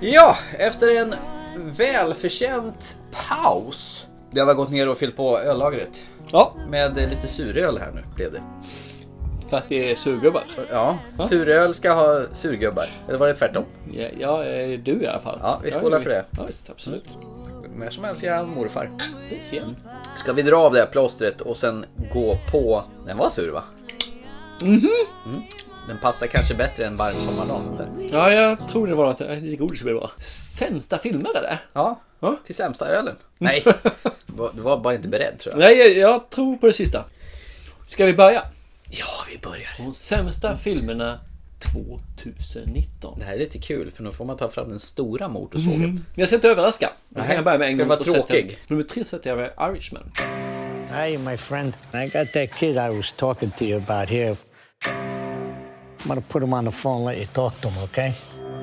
Ja, efter en välförtjänt paus. Jag har gått ner och fyllt på öllagret. Ja. Med lite suröl här nu blev det. För att det är surgubbar. Ja, suröl ska ha surgubbar. Eller var det tvärtom? Ja, du i alla fall. Ja, vi skålar för det. Ja, visst, absolut. När som helst jag morfar. Tills igen. Ska vi dra av det här plåstret och sen gå på... Den var sur, va? Den passar kanske bättre än varm sommardag. Ja, jag tror det var att det godis skulle vara. Sämsta filmer är det? Ja, till sämsta ölen. Nej, du var bara inte beredd, tror jag. Nej, jag tror på det sista. Ska vi börja? Ja, vi börjar. De sämsta filmerna 2019. Det här är lite kul, för nu får man ta fram den stora motorsågen. Jag ska inte överraska. Jag kan börja med en ska gång. vara tråkig. Nummer 3 sätter jag med Irishman. Hey, my friend. I got that kid I was talking to you about here. I'm gonna put him on the phone and let you talk to him, okay?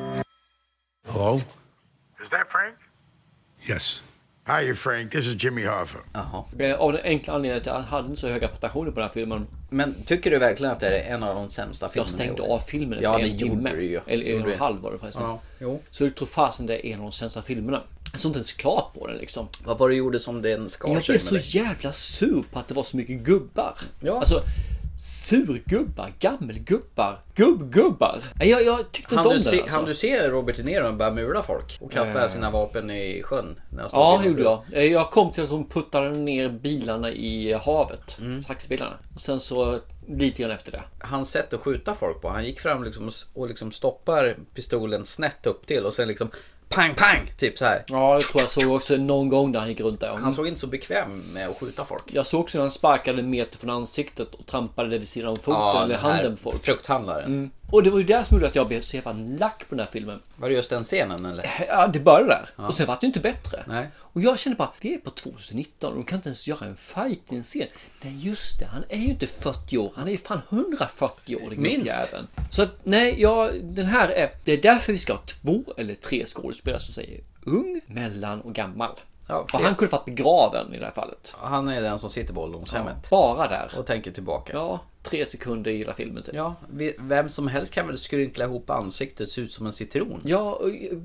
Hello? Is that Frank? Yes. Hi, Frank. This is Jimmy Hoffa. Jaha. Av den enkla anledningen att jag hade inte så höga prestationer på den här filmen. Men tycker du verkligen att det är en av de sämsta filmerna? Jag stängde av filmen efter Ja, det en timme. gjorde du ju. Eller en och en halv var det förresten. Ja, jo. Så jag tror fasen det är en av de sämsta filmerna. Jag såg inte ens klart på den liksom. Vad var det du gjorde som den skar Jag sig blev med så dig? jävla sur på att det var så mycket gubbar. Ja. Alltså surgubbar, gammelgubbar, gubbgubbar. Jag tyckte inte om det alltså. Han du ser Robert De Niro börja mula folk och kasta sina vapen i sjön? När han Ja, det gjorde jag. Jag kom till att hon puttade ner bilarna i havet. Taxibilarna. Och sen så lite grann efter det. Hans sätt att skjuta folk på. Han gick fram liksom och liksom stoppar pistolen snett upp till och sen liksom pang, pang, typ så här. Ja, det tror jag såg också någon gång där han gick runt där. Han såg inte så bekväm med att skjuta folk. Jag såg också när han sparkade en meter från ansiktet och trampade det vid sidan om foten eller handen på folk. Frukthandlaren. Och det var ju det som gjorde att jag blev så jävla lack på den här filmen. Var det just den scenen eller? Ja, det började där. Och sen var det inte bättre. Nej. Och jag kände bara, vi är på 2019 och de kan inte ens göra en fighting-scen. Nej, just det. Han är ju inte 40 år. Han är ju fan 140-årig. Minst. Så nej, den här är... Det är därför vi ska ha 2 eller 3 skådespelare som säger ung, mellan och gammal. Ja, och han kunde varit begraven i det här fallet. Han är den som sitter på ålderdomshemmet. Ja, bara där. Och tänker tillbaka. Ja, 3 sekunder i hela filmen typ. Ja, vem som helst kan väl skrynkla ihop ansiktet, se ut som en citron. Ja,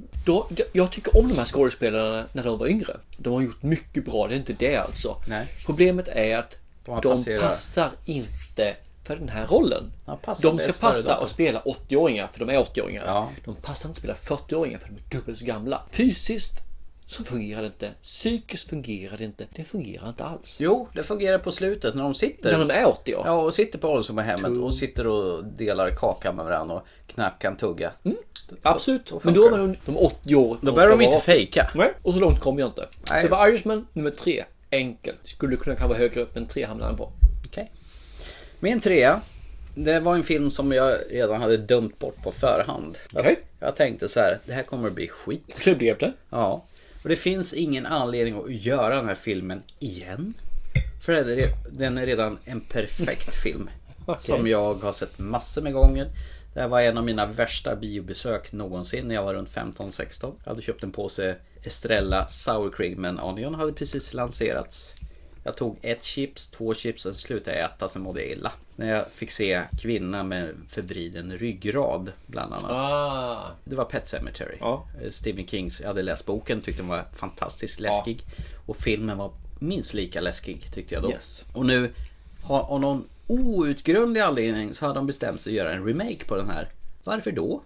jag tycker om de här skådespelarna när de var yngre. De har gjort mycket bra, det är inte det alltså. Nej. Problemet är att de passar inte för den här rollen. De ska passa och spela 80-åringar, för de är 80-åringar. Ja. De passar inte att spela 40-åringar, för de är dubbelt så gamla. Fysiskt så fungerar det inte. Psykiskt fungerar det inte. Det fungerar inte alls. Jo, det fungerar på slutet när de sitter. När de är 80 år. Ja, och sitter på ålderdomshemmet och sitter och delar kaka med varandra och knappt kan tugga. Absolut. Men då var de 80 år. Då börjar de inte fejka. Nej, och så långt kom jag inte. Nej. Så det var Irishman nummer 3. Enkelt. Skulle kunna vara högre upp än 3 hamnar han på. Okej. Min 3, det var en film som jag redan hade dömt bort på förhand. Okej. Jag tänkte så här, det här kommer att bli skit. Det blev det. Ja. Och det finns ingen anledning att göra den här filmen igen. För den är redan en perfekt film. Som jag har sett massor med gånger. Det här var en av mina värsta biobesök någonsin när jag var runt 15-16. Jag hade köpt en påse Estrella Sour Cream, men Onion hade precis lanserats. Jag tog 1 chips, 2 chips, sen slutade jag äta, sen mådde jag illa. När jag fick se kvinna med förvriden ryggrad bland annat. Det var Pet Sematary. Stephen Kings, jag hade läst boken, tyckte den var fantastiskt läskig. Och filmen var minst lika läskig tyckte jag då. Yes. Och nu, av någon outgrundlig anledning så har de bestämt sig att göra en remake på den här. Varför då?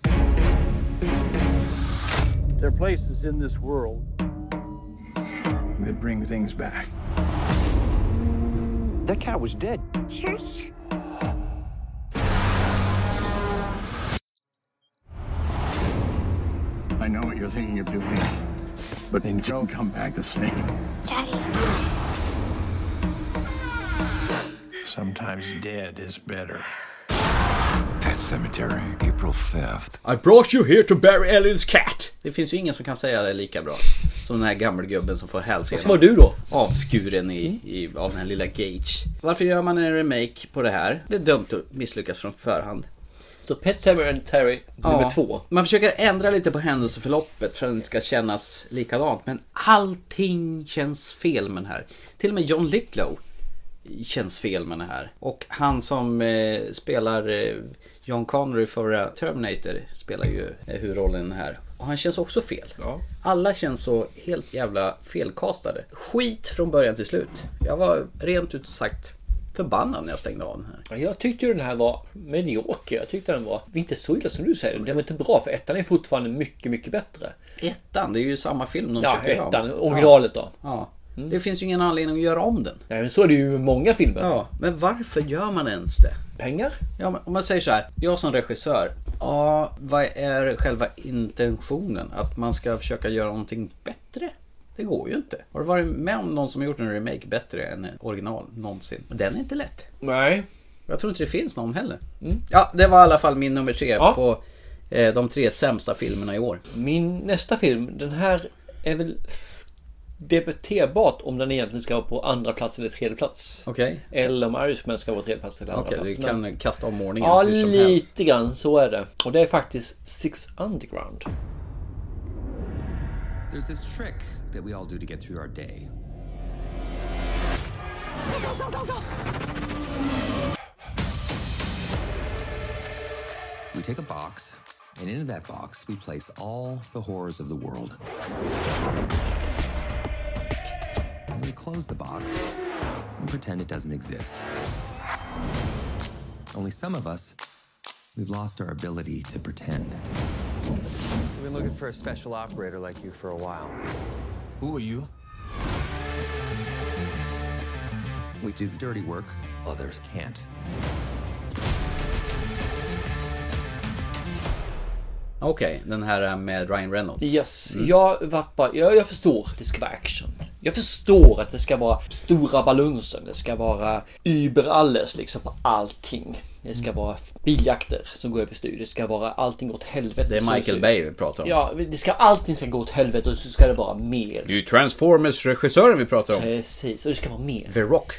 There are places in this world that bring things back. That cat was dead. Church? I know what you're thinking of doing, but they don't come back the same. Daddy. Sometimes dead is better. Pet Cemetery, April 5th. I brought you here to bury Ellie's cat. Det finns ju ingen som kan säga det lika bra som den här gammelgubben som får hälsenan. Vad var du då? Avskuren av den här lilla Gage. Varför gör man en remake på det här? Det är dumt att misslyckas från förhand. Så Pet Sematary nummer 2. Man försöker ändra lite på händelseförloppet för att det inte ska kännas likadant. Men allting känns fel med den här. Till och med John Lithgow känns fel med det här. Och han som spelar John Connery förra Terminator spelar ju huvudrollen här. Och han känns också fel. Ja. Alla känns så helt jävla felkastade. Skit från början till slut. Jag var rent ut sagt förbannad när jag stängde av den här. Jag tyckte ju den här var medioker. Jag tyckte den var inte så illa som du säger. Den var inte bra, för ettan är fortfarande mycket, mycket bättre. Ettan, det är ju samma film de Ja, köper ettan, originalet då. Ja. Det finns ju ingen anledning att göra om den. Nej, men så är det ju med många filmer. Ja, men varför gör man ens det? Pengar? Ja, men om man säger så här, jag som regissör, ja, vad är själva intentionen? Att man ska försöka göra någonting bättre? Det går ju inte. Har du varit med om någon som har gjort en remake bättre än en original någonsin? Den är inte lätt. Nej. Jag tror inte det finns någon heller. Ja, det var i alla fall min nummer 3 på de 3 sämsta filmerna i år. Min nästa film, den här är väl debatterbart om den egentligen ska vara på andra plats eller tredje plats. Okej. Eller om Irishman ska vara tredje plats eller andra plats. Okej, du kan kasta om ordningen. Ja, hur som helst. lite grann så är det. Och det är faktiskt Six Underground. There's this trick that we all do to get through our day. We take a box, and into that box we place all the horrors of the world. And we close the box and pretend it doesn't exist. Only some of us, we've lost our ability to pretend. We've been looking for a special operator like you for a while. Who are you? We do the dirty work, others can't. Okej, den här med Ryan Reynolds. Yes, jag förstår att det ska vara action. Jag förstår att det ska vara stora balunser. Det ska vara über alles liksom på allting. Det ska vara biljakter som går över styr. Det ska vara allting åt helvete. Det är Michael Bay vi pratar om. Ja, allting ska gå åt helvete och så ska det vara mer. Det är ju Transformers-regissören vi pratar om. Precis, och det ska vara mer. The Rock,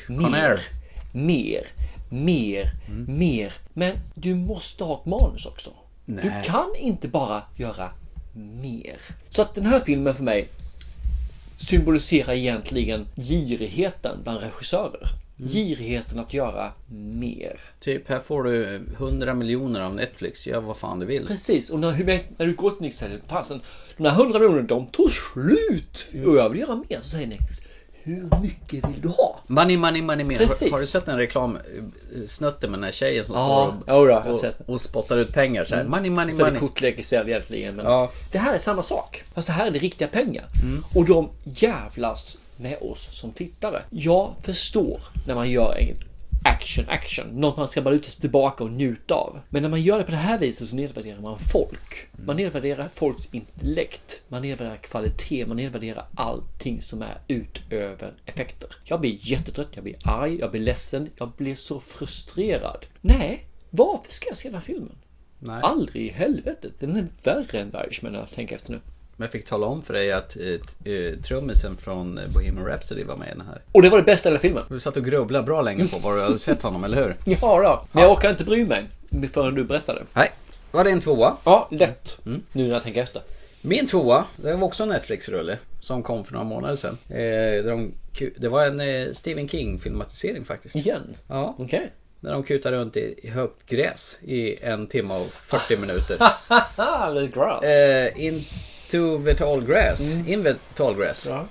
mer. Men du måste ha ett manus också. Nej. Du kan inte bara göra mer. Så att den här filmen för mig symboliserar egentligen girigheten bland regissörer. Girigheten att göra mer. Typ, här får du 100 miljoner av Netflix. Gör vad fan du vill. Precis, och när du går till Netflix säger fasen, de här 100 miljoner, de tog slut. Och jag vill göra mer, så säger Netflix, hur mycket vill du ha? Money. Precis. Har du sett en reklamsnutten med den här tjejen som står och spottar ut pengar så här? Money. Så är det kortlek istället egentligen. Men det här är samma sak. Fast det här är det riktiga pengar. Och de jävlas med oss som tittare. Jag förstår när man gör en action. Något man ska bara luta sig tillbaka och njuta av. Men när man gör det på det här viset så nedvärderar man folk. Man nedvärderar folks intellekt. Man nedvärderar kvalitet. Man nedvärderar allting som är utöver effekter. Jag blir jättetrött. Jag blir arg. Jag blir ledsen. Jag blir så frustrerad. Nej, varför ska jag se den här filmen? Nej. Aldrig i helvetet. Den är värre än Irishman när jag tänker efter nu. Men jag fick tala om för dig att trummisen från Bohemian Rhapsody var med i den här. Och det var det bästa i hela filmen. Du satt och grubblade bra länge på vad du hade sett honom, eller hur? Ja då. Men jag orkar inte bry mig förrän du berättade. Nej. Var det en 2? Ja, lätt. Nu när jag tänker efter. Min 2, det var också en Netflix-rulle som kom för några månader sedan. Det var en Stephen King-filmatisering faktiskt. Igen? Ja. Okej. När de kutar runt i högt gräs i 1 timme och 40 minuter. The grass. Into the tall grass. In the tall grass. Ja.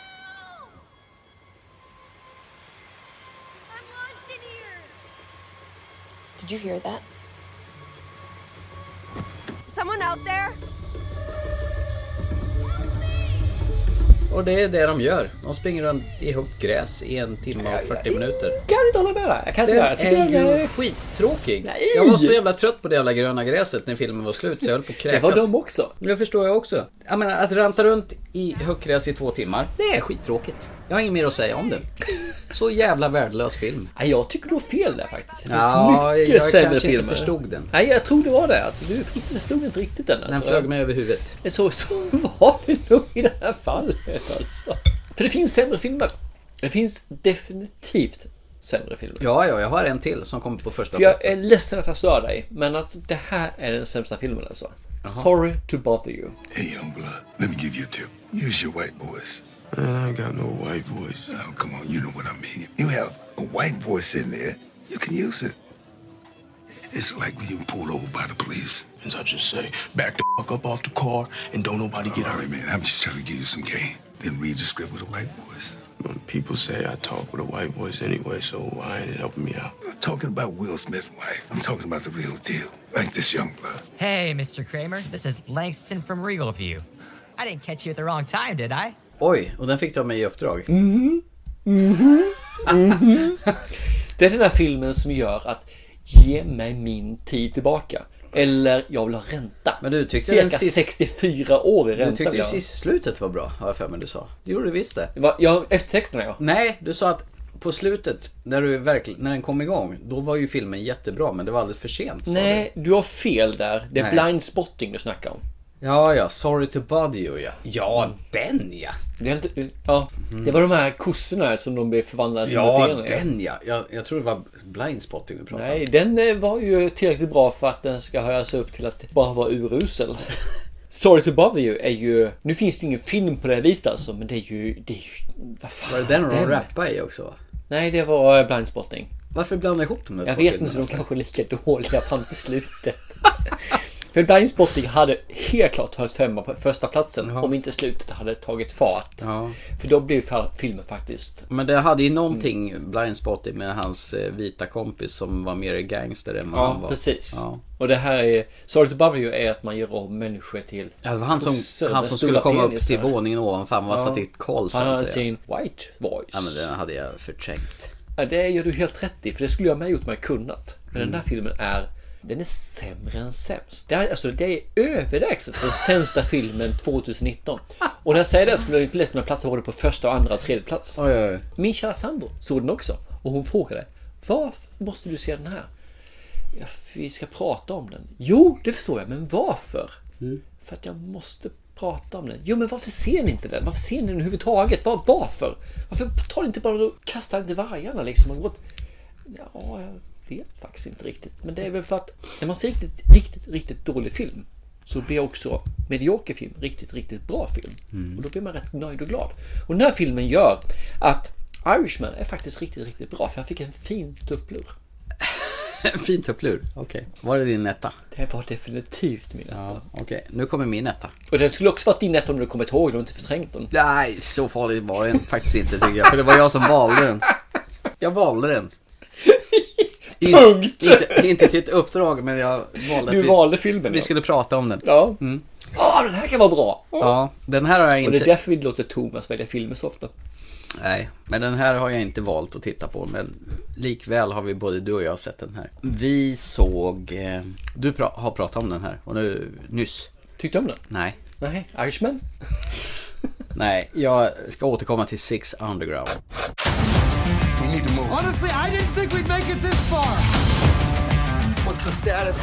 Did you hear that? Someone out there? Och det är det de gör. De springer runt i högt gräs i 1 timme och 40 minuter. Kan inte hålla med dig. Den är ju skittråkig. Nej. Jag var så jävla trött på det jävla gröna gräset när filmen var slut så jag höll på att kräkas. Det var de också. Det förstår jag också. Jag menar, att ranta runt i högt gräs i 2 timmar, det är skittråkigt. Jag har inget mer att säga om den. Så jävla värdelös film. Nej, jag tycker du har fel där faktiskt. Det Ja, mycket jag sämre kanske filmer. inte förstod den. Nej, jag tror det var det. Alltså, du förstod inte riktigt den. Alltså. Den flög mig över huvudet. Så var det nog i det här fallet. Alltså. För det finns sämre filmer. Det finns definitivt sämre filmer. Ja, jag har en till som kommer på första Jag platsen. är ledsen att jag stör dig, men att det här är den sämsta filmen alltså. Sorry to bother you. Hey, young blood, let me give you a tip. Use your white voice. Man, I ain't got no white voice. Oh, come on, you know what I mean. You have a white voice in there. You can use it. It's like being pulled over by the police. And I just say, back the fuck up off the car and don't nobody get hurt. All right, man, I'm just trying to give you some game. Then read the script with a white voice. People say I talk with a white voice anyway, so why ain't it helping me out? I'm not talking about Will Smith's wife. I'm talking about the real deal. Like this young blood. Hey, Mr. Kramer. This is Langston from Regal View. I didn't catch you at the wrong time, did I? Oj, och den fick de mig i uppdrag. Det är den här filmen som gör att ge mig min tid tillbaka. Eller jag vill ha ränta. Men du tyckte cirka 64 år i ränta. Du tyckte ju sist slutet var bra, har jag för mig du sa. Det gjorde du visst det. Ja, eftertexterna ja. Nej, du sa att på slutet, när den kom igång, då var ju filmen jättebra, men det var alldeles för sent. Nej, du har fel där. Det är blind spotting du snackar om. Ja, sorry to bother you, ja. Ja, den ja. Det var de här kossorna som de blev förvandlade till. Ja, den ja. Jag tror det var blind spotting vi pratade om. Nej, den var ju tillräckligt bra för att den ska höjas upp till att bara vara urusel. Sorry to bother you är ju... Nu finns det ju ingen film på det här viset alltså, men det är ju vad fan, var det den de rappade i också va? Nej, det var blind spotting. Varför blandar jag ihop dem? Jag vet inte, de kanske är lika dåliga fram till slutet. För blind spotting hade helt klart höjt 5 på första platsen om inte slutet hade tagit fart. Ja. För då blev filmen faktiskt... Men det hade ju någonting blind spotting med hans vita kompis som var mer gangster än vad han var. Precis. Ja. Och det här är... Sorry to bother you är att man gör om människor till... Ja, det var han som skulle komma upp till våningen ovanför. Han var satt i ett koll. Han hade sin white voice. Ja, men den hade jag förträngt. Ja, det gör du helt rätt i. För det skulle jag med gjort mig kunnat. Men den här filmen den är sämre än sämst. Det är överlägset den sämsta filmen 2019. Och när jag säger det skulle jag inte lätt kunna platsa både på första, andra och tredje plats. Oj. Min kära sambo såg den också. Och hon frågade, varför måste du se den här? Ja, vi ska prata om den. Jo, det förstår jag, men varför? För att jag måste prata om den. Jo, men varför ser ni inte den? Varför ser ni den överhuvudtaget? Varför? Varför tar ni inte bara och kastar inte vargarna liksom? Ja, jag vet faktiskt inte riktigt. Men det är väl för att när man ser riktigt dålig film så blir också medioker film riktigt bra film. Och då blir man rätt nöjd och glad. Och den här filmen gör att Irishman är faktiskt riktigt bra. För jag fick en fin tupplur. En fin tupplur? Okej. Var det din etta? Det var definitivt min etta. Ja, okej. Nu kommer min etta. Och det skulle också varit din etta om du kommit ihåg och inte förträngt den. Nej, så farligt var den faktiskt inte tycker jag. För det var jag som valde den. Jag valde den. Punkt! Inte till ett uppdrag, men jag valde du valde filmen. Vi skulle prata om den. Ja. Den här kan vara bra. Ja, den här har jag inte... Och det är därför vi låter Thomas välja filmer så ofta. Nej, men den här har jag inte valt att titta på. Men likväl har vi både du och jag sett den här. Vi såg... Du har pratat om den här. Och nu, nyss. Tyckte du om den? Nej. Nej, Irishman? Nej, jag ska återkomma till Six Underground. We need to move. Honestly, I didn't think we'd make it this far. What's the status?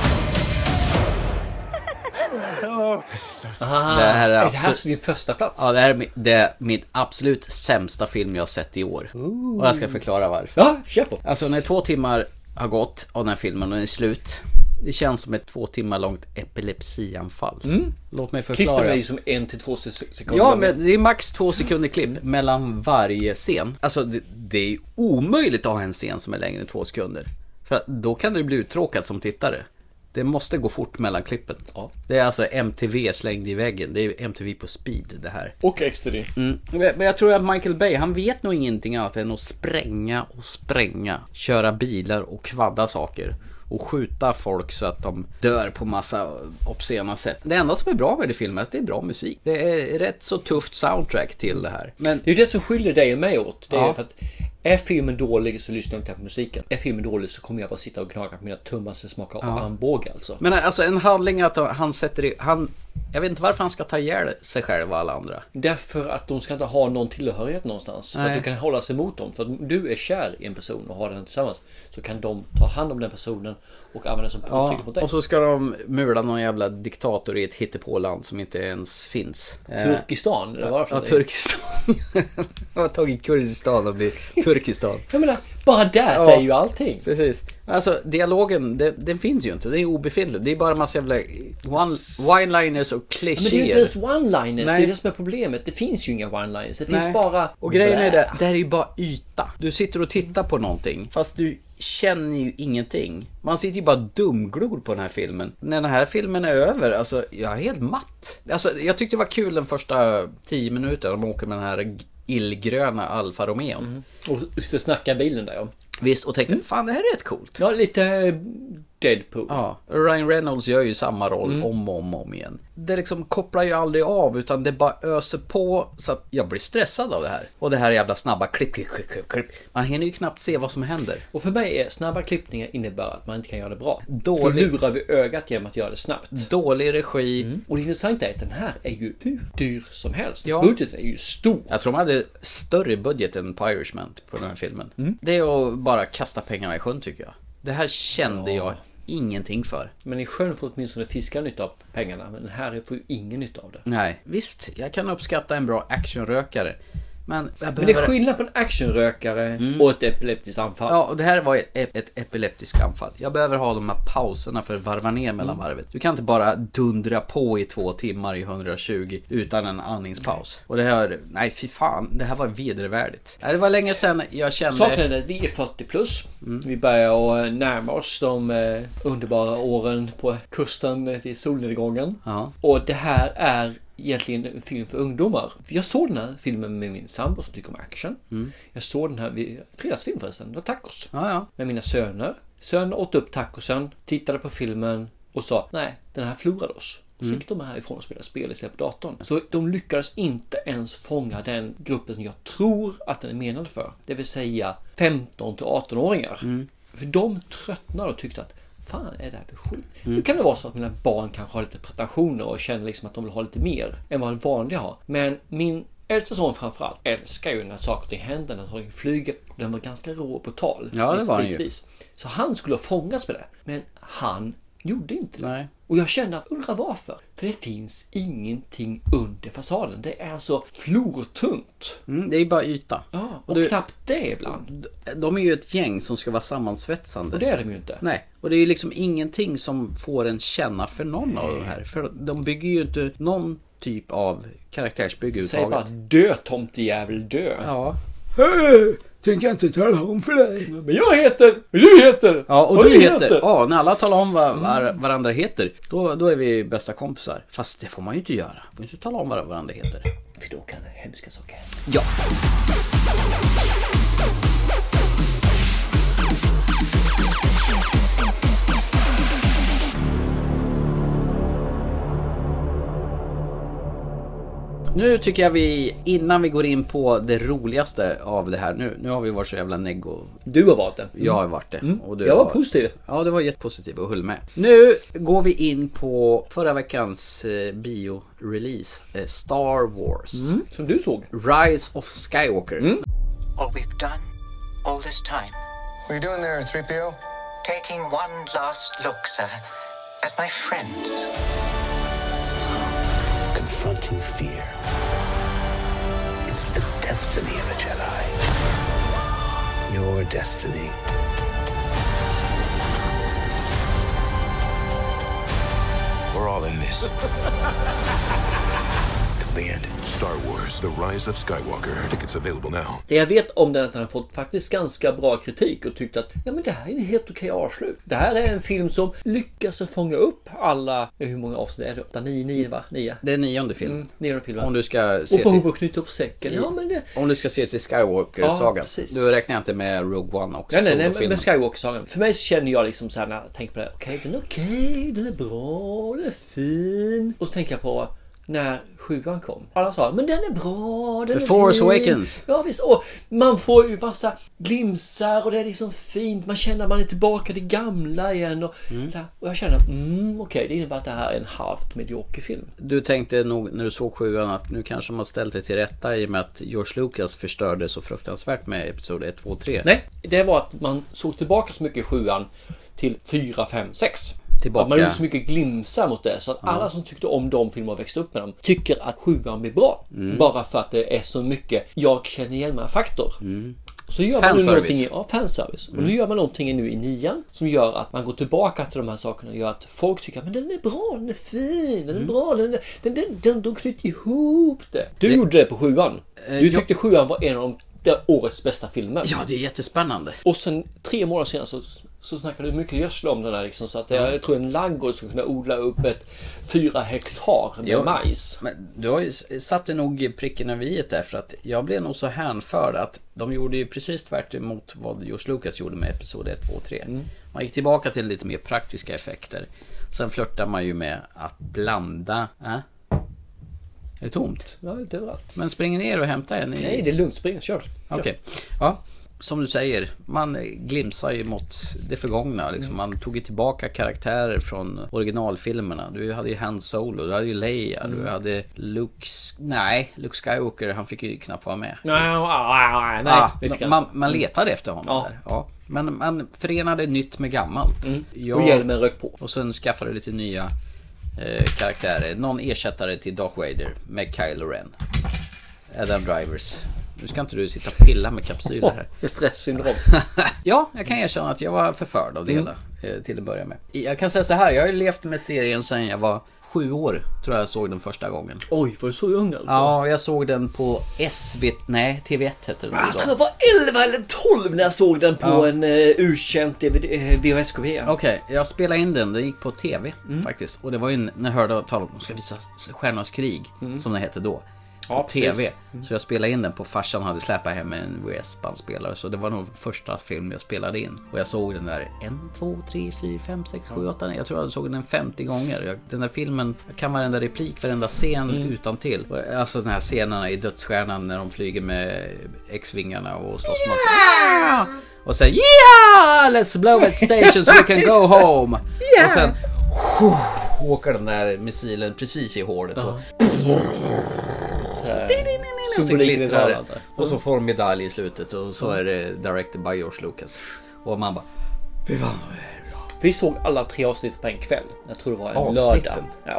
Hello. Det här är det här är din första plats? Ja, det är mitt absolut sämsta film jag har sett i år. Och jag ska förklara varför. Ja, kör på. Alltså när 2 timmar har gått av den här filmen och den är slut. Det känns som ett 2 timmar långt epilepsianfall. Låt mig förklara. Klippen är ju som 1 till 2 sekunder. Ja, men det är max 2 sekunder klipp mellan varje scen. Alltså det är omöjligt att ha en scen som är längre än 2 sekunder. För att då kan du bli uttråkad som tittare. Det måste gå fort mellan klippen. Ja. Det är alltså MTV slängd i väggen. Det är MTV på speed det här. Och XTD. Men jag tror att Michael Bay, han vet nog ingenting annat än att spränga. Köra bilar och kvadda saker. Och skjuta folk så att de dör på massa obscena sätt. Det enda som är bra med det filmen är att det är bra musik. Det är rätt så tufft soundtrack till det här. Men det är ju det som skiljer dig och mig åt. Det är för att är filmen dålig så lyssnar jag inte på musiken. Är filmen dålig så kommer jag bara sitta och knaga på mina tummar så smakar av armbåge alltså. Men alltså en handling att han sätter jag vet inte varför han ska ta ihjäl sig själv och alla andra. Därför att de ska inte ha någon tillhörighet någonstans. För att du kan hålla sig mot dem. För att du är kär i en person och har den tillsammans, så kan de ta hand om den personen och använda som påtryckning mot dig. Och så ska de mula någon jävla diktator i ett hittepåland som inte ens finns. Turkistan, eller varför? Ja, Turkistan. Jag har tagit Kurdistan och blir Turkistan. Jag menar, bara där säger ju allting. Precis. Alltså, dialogen, den finns ju inte. Det är obefintligt. Det är bara en massa jävla one-liners och klichéer. Men det är ju inte ens one-liners. Det är det som är problemet. Det finns ju inga one-liners. Det finns bara... Och grejen är det är ju bara yta. Du sitter och tittar på någonting fast du känner ju ingenting. Man sitter ju bara dumglor på den här filmen. När den här filmen är över, alltså jag är helt matt. Alltså jag tyckte det var kul den första 10 minuter de åker med den här illgröna Alfa Romeo. Och just att snacka bilen där, ja. Visst, och tänkte, fan det här är rätt coolt. Ja, lite Deadpool. Ja, Ryan Reynolds gör ju samma roll om och om igen. Det liksom kopplar ju aldrig av, utan det bara öser på så att jag blir stressad av det här. Och det här jävla snabba klipp. Man hinner ju knappt se vad som händer. Och för mig är snabba klippningar innebär att man inte kan göra det bra. Då lurar vi ögat genom att göra det snabbt. Dålig regi. Och det intressanta är att den här är ju hur dyr som helst. Ja. Budgeten är ju stor. Jag tror man hade större budget än på Irishman på den här filmen. Det är att bara kasta pengarna i sjön, tycker jag. Det här kände jag ingenting för. Men i sjön får åtminstone fiska nytta av pengarna. Men den här får ju ingen nytta av det. Nej, visst. Jag kan uppskatta en bra actionrökare. Men det är skillnad på en actionrökare och ett epileptiskt anfall. Ja, och det här var ett epileptiskt anfall. Jag behöver ha de här pauserna för att varva ner mellan varvet. Du kan inte bara dundra på i 2 timmar i 120 utan en andningspaus. Och det här, nej fy fan, det här var vedervärdigt. Det var länge sedan jag kände... Saken är, vi är 40 plus. Vi börjar närma oss de underbara åren på kusten till solnedgången. Och det här är egentligen en film för ungdomar. Jag såg den här filmen med min sambo som tycker om action. Jag såg den här vid fredagsfilm förresten. Det var tacos. Med mina söner. Söner åt upp tacosen, tittade på filmen och sa, nej, den här förlorade oss. Och så gick de härifrån och spelade spel istället på datorn. Så de lyckades inte ens fånga den gruppen som jag tror att den är menad för. Det vill säga 15 till 18-åringar. För de tröttnade och tyckte att fan är det här för skit? Nu kan det vara så att mina barn kanske har lite pretensioner och känner liksom att de vill ha lite mer än vad en vanlig har. Men min äldsta son framförallt älskar ju när saker och ting händer, när saker flyger. Den var ganska rå och brutal. Ja, det var han ju. Så han skulle ha fångats med det. Men han gjorde inte det. Nej. Och jag känner, undrar varför? För det finns ingenting under fasaden. Det är så flortunt. Det är bara yta. Ja, och knappt det ibland. De är ju ett gäng som ska vara sammansvetsande. Och det är de ju inte. Nej, och det är ju liksom ingenting som får en känna för någon av de här. För de bygger ju inte någon typ av karaktärsbygge överhuvudtaget. Säg bara dö, tomtejävel, dö. Ja. Hej! Tänker jag inte tala om för dig. Men jag heter, men du heter. Ja, och du heter. Ja, när alla talar om vad varandra heter, då är vi bästa kompisar. Fast det får man ju inte göra. Man får inte tala om vad varandra heter. För då kan det hemska saker. Ja. Nu tycker jag innan vi går in på det roligaste av det här, nu har vi varit så jävla neggo. Du har varit det. Jag har varit det. Och du jag var positiv. Ja, det var jättepositiv och höll med. Nu går vi in på förra veckans bio-release, Star Wars. Som du såg. Rise of Skywalker. All we've done, all this time. What are you doing there, 3PO? Taking one last look, sir, at my friends. Confronting fear. It's the destiny of a Jedi. Your destiny. We're all in this. Till the end. Star Wars, The Rise of Skywalker. Tickets available now. Det jag vet om den är att den har fått faktiskt ganska bra kritik och tyckt att ja, men det här är en helt okej avslut. Det här är en film som lyckas att fånga upp alla, hur många avsnitt är det? 8, 9 va? 9. Det är 9:e film. 9:e film. Om du ska se och få ihop och knyta upp säcken. Ja, men det... Om du ska se till Skywalker-sagan. Ja, du räknar inte med Rogue One och nej, med Skywalker-sagan. För mig känner jag liksom så här när jag tänker på det. Okej, den är bra, den är fin. Och så tänker jag på när 7:an kom. Alla sa, men den är bra, den The Force Awakens. Ja visst, och man får ju massa glimsar och det är liksom fint. Man känner att man är tillbaka till gamla igen. Och jag känner, okej, det innebär att det här är en halvt medioker film. Du tänkte nog när du såg 7:an att nu kanske man ställt det till rätta i och med att George Lucas förstörde så fruktansvärt med episod 1, 2, 3. Nej, det var att man såg tillbaka så mycket i 7:an till 4, 5, 6. Tillbaka. Man gjorde så mycket glimsar mot det så att alla som tyckte om de filmer och växte upp med dem tycker att 7:an blir bra. Bara för att det är så mycket jag känner igen mig faktor. Så gör man nu någonting fanservice. Och nu gör man någonting nu i 9:an som gör att man går tillbaka till de här sakerna och gör att folk tycker men den är bra, den är fin, den är bra, de knyter ihop det. Du gjorde det på 7:an. Du tyckte 7:an var en av de det är årets bästa filmer. Ja, det är jättespännande. Och sen 3 månader senare så snackade du mycket gödsel om den där liksom, så att jag tror en ladugård skulle kunna odla upp 4 hektar med majs. Men du har ju satt nog pricken över i där, för att jag blev nog så hänförd att de gjorde ju precis tvärt emot vad George Lucas gjorde med episod 1, 2 och 3. Man gick tillbaka till lite mer praktiska effekter. Sen flörtar man ju med att blanda. Är det tomt? Ja, det är överallt. Men spring ner och hämta en. Nej, det är lugnt. Spring, kör. Okej. Ja. Som du säger, man glimsar ju mot det förgångna. Liksom. Man tog ju tillbaka karaktärer från originalfilmerna. Du hade ju Han Solo, du hade ju Leia, du hade Luke Skywalker, han fick ju knappt vara med. Man letade efter honom där. Ja. Men man förenade nytt med gammalt. Och hjälmen rök på. Och sen skaffade lite nya karaktärer. Någon ersättare till Darth Vader med Kylo Ren. Adam Drivers. Nu ska inte du sitta och pilla med kapsyler här. Det är stresssyndrom. Ja, jag kan erkänna att jag var förförd av det hela till att börja med. Jag kan säga så här, jag har ju levt med serien sedan jag var 7 år, tror jag såg den första gången. Oj, var du så ung alltså? Ja, jag såg den på TV1 hette den. Jag tror jag var 11 eller 12 när jag såg den på en urkänt VHS-kopia. Okej, jag spelade in den gick på TV faktiskt. Och det var ju när jag hörde talas om att de ska visa Stjärnornas krig, som det hette då. På TV. Så jag spelade in den på farsan hade släpat hem en VHS-bandspelare. Så det var nog första film jag spelade in. Och jag såg den där 1, 2, 3, 4, 5, 6, 7, 8 9. Jag tror jag såg den 50 gånger. Den där filmen, jag kan varenda replik, varenda scen utan till. Alltså den här scenerna i Dödsstjärnan när de flyger med X-vingarna och slåss mot. Yeah! Och sen let's blow at station so we can go home. Yeah! Och sen åker den där missilen precis i hålet och och så får de medalj i slutet och så är det directed by George Lucas. Och man bara vi såg alla 3 avsnitt på en kväll. Jag tror det var en lördag.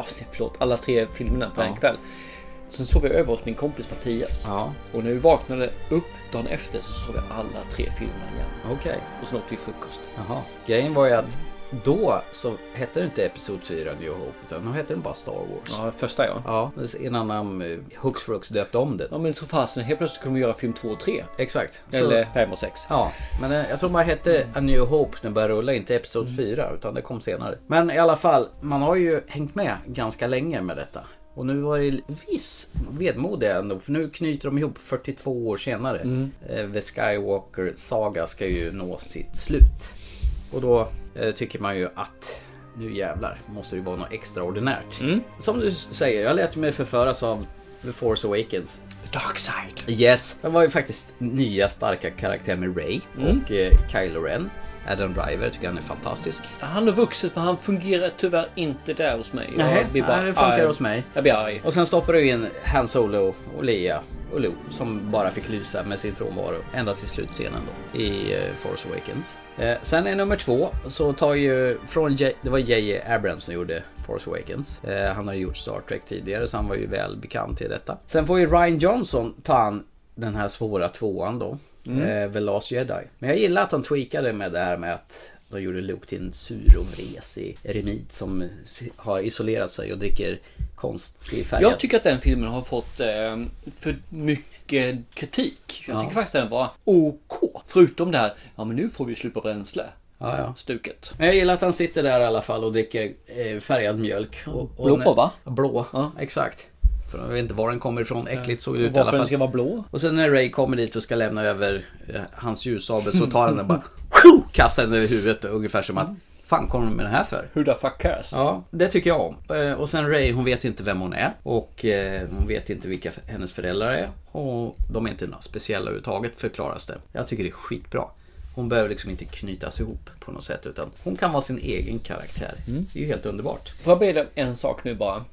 Alla 3 filmerna på en kväll. Sen sov vi över hos min kompis Mattias. Och när vi vaknade upp dagen efter så såg vi alla 3 filmerna igen. Okej. Och så åt vi frukost. Grejen var ju att då så hette det inte Episod 4 New Hope, utan då hette den bara Star Wars. Ja, första Ja, en annan Hux Flux döpte om det. Ja, men jag tror fasen helt plötsligt kunde vi göra film 2 och 3. Exakt. Eller 5 och 6. Ja, men jag tror bara hette A New Hope när det började rulla, inte Episod 4, utan det kom senare. Men i alla fall, man har ju hängt med ganska länge med detta. Och nu var det viss vedmodig ändå, för nu knyter de ihop 42 år senare. The Skywalker-saga ska ju nå sitt slut. Och då tycker man ju att nu jävlar måste det vara något extraordinärt. Som du säger, jag lät mig förföras av The Force Awakens. The Dark Side. Yes, det var ju faktiskt nya starka karaktärer med Rey och Kylo Ren. Adam Driver tycker han är fantastisk. Han har vuxit, men han fungerar tyvärr inte där hos mig. Nej, det funkar hos mig. Jag blir arg. Och sen stoppar du in Han Solo och Leia och Luke som bara fick lysa med sin frånvaro ända till slutscenen då i Force Awakens. Sen är nummer 2 så tar ju det var J.J. Abrams som gjorde Force Awakens. Han har gjort Star Trek tidigare så han var ju väl bekant till detta. Sen får ju Rian Johnson ta an den här svåra 2:an då. The Last Jedi. Men jag gillar att han tweakade med det här med att de gjorde Luke till en sur och vresig eremit som har isolerat sig och dricker konstig färg. Jag tycker att den filmen har fått för mycket kritik. Jag tycker faktiskt att den var OK. Förutom det här, men nu får vi sluta bränsle. Stuket. Men jag gillar att han sitter där i alla fall och dricker färgad mjölk. Blå va? Blå, exakt. För jag vet inte var den kommer ifrån. Äckligt såg det ut i alla fall. Varför den ska vara blå? Och sen när Rey kommer dit och ska lämna över hans ljussabel så tar han den bara kastar den över huvudet ungefär som att fan kommer de med den här för? Who the fuck cares? Ja, det tycker jag om. Och sen Rey, hon vet inte vem hon är. Och hon vet inte vilka hennes föräldrar är. Och de är inte några speciella överhuvudtaget förklaras det. Jag tycker det är skitbra. Hon behöver liksom inte knytas ihop på något sätt utan hon kan vara sin egen karaktär. Det är ju helt underbart. Får jag be dig en sak nu bara?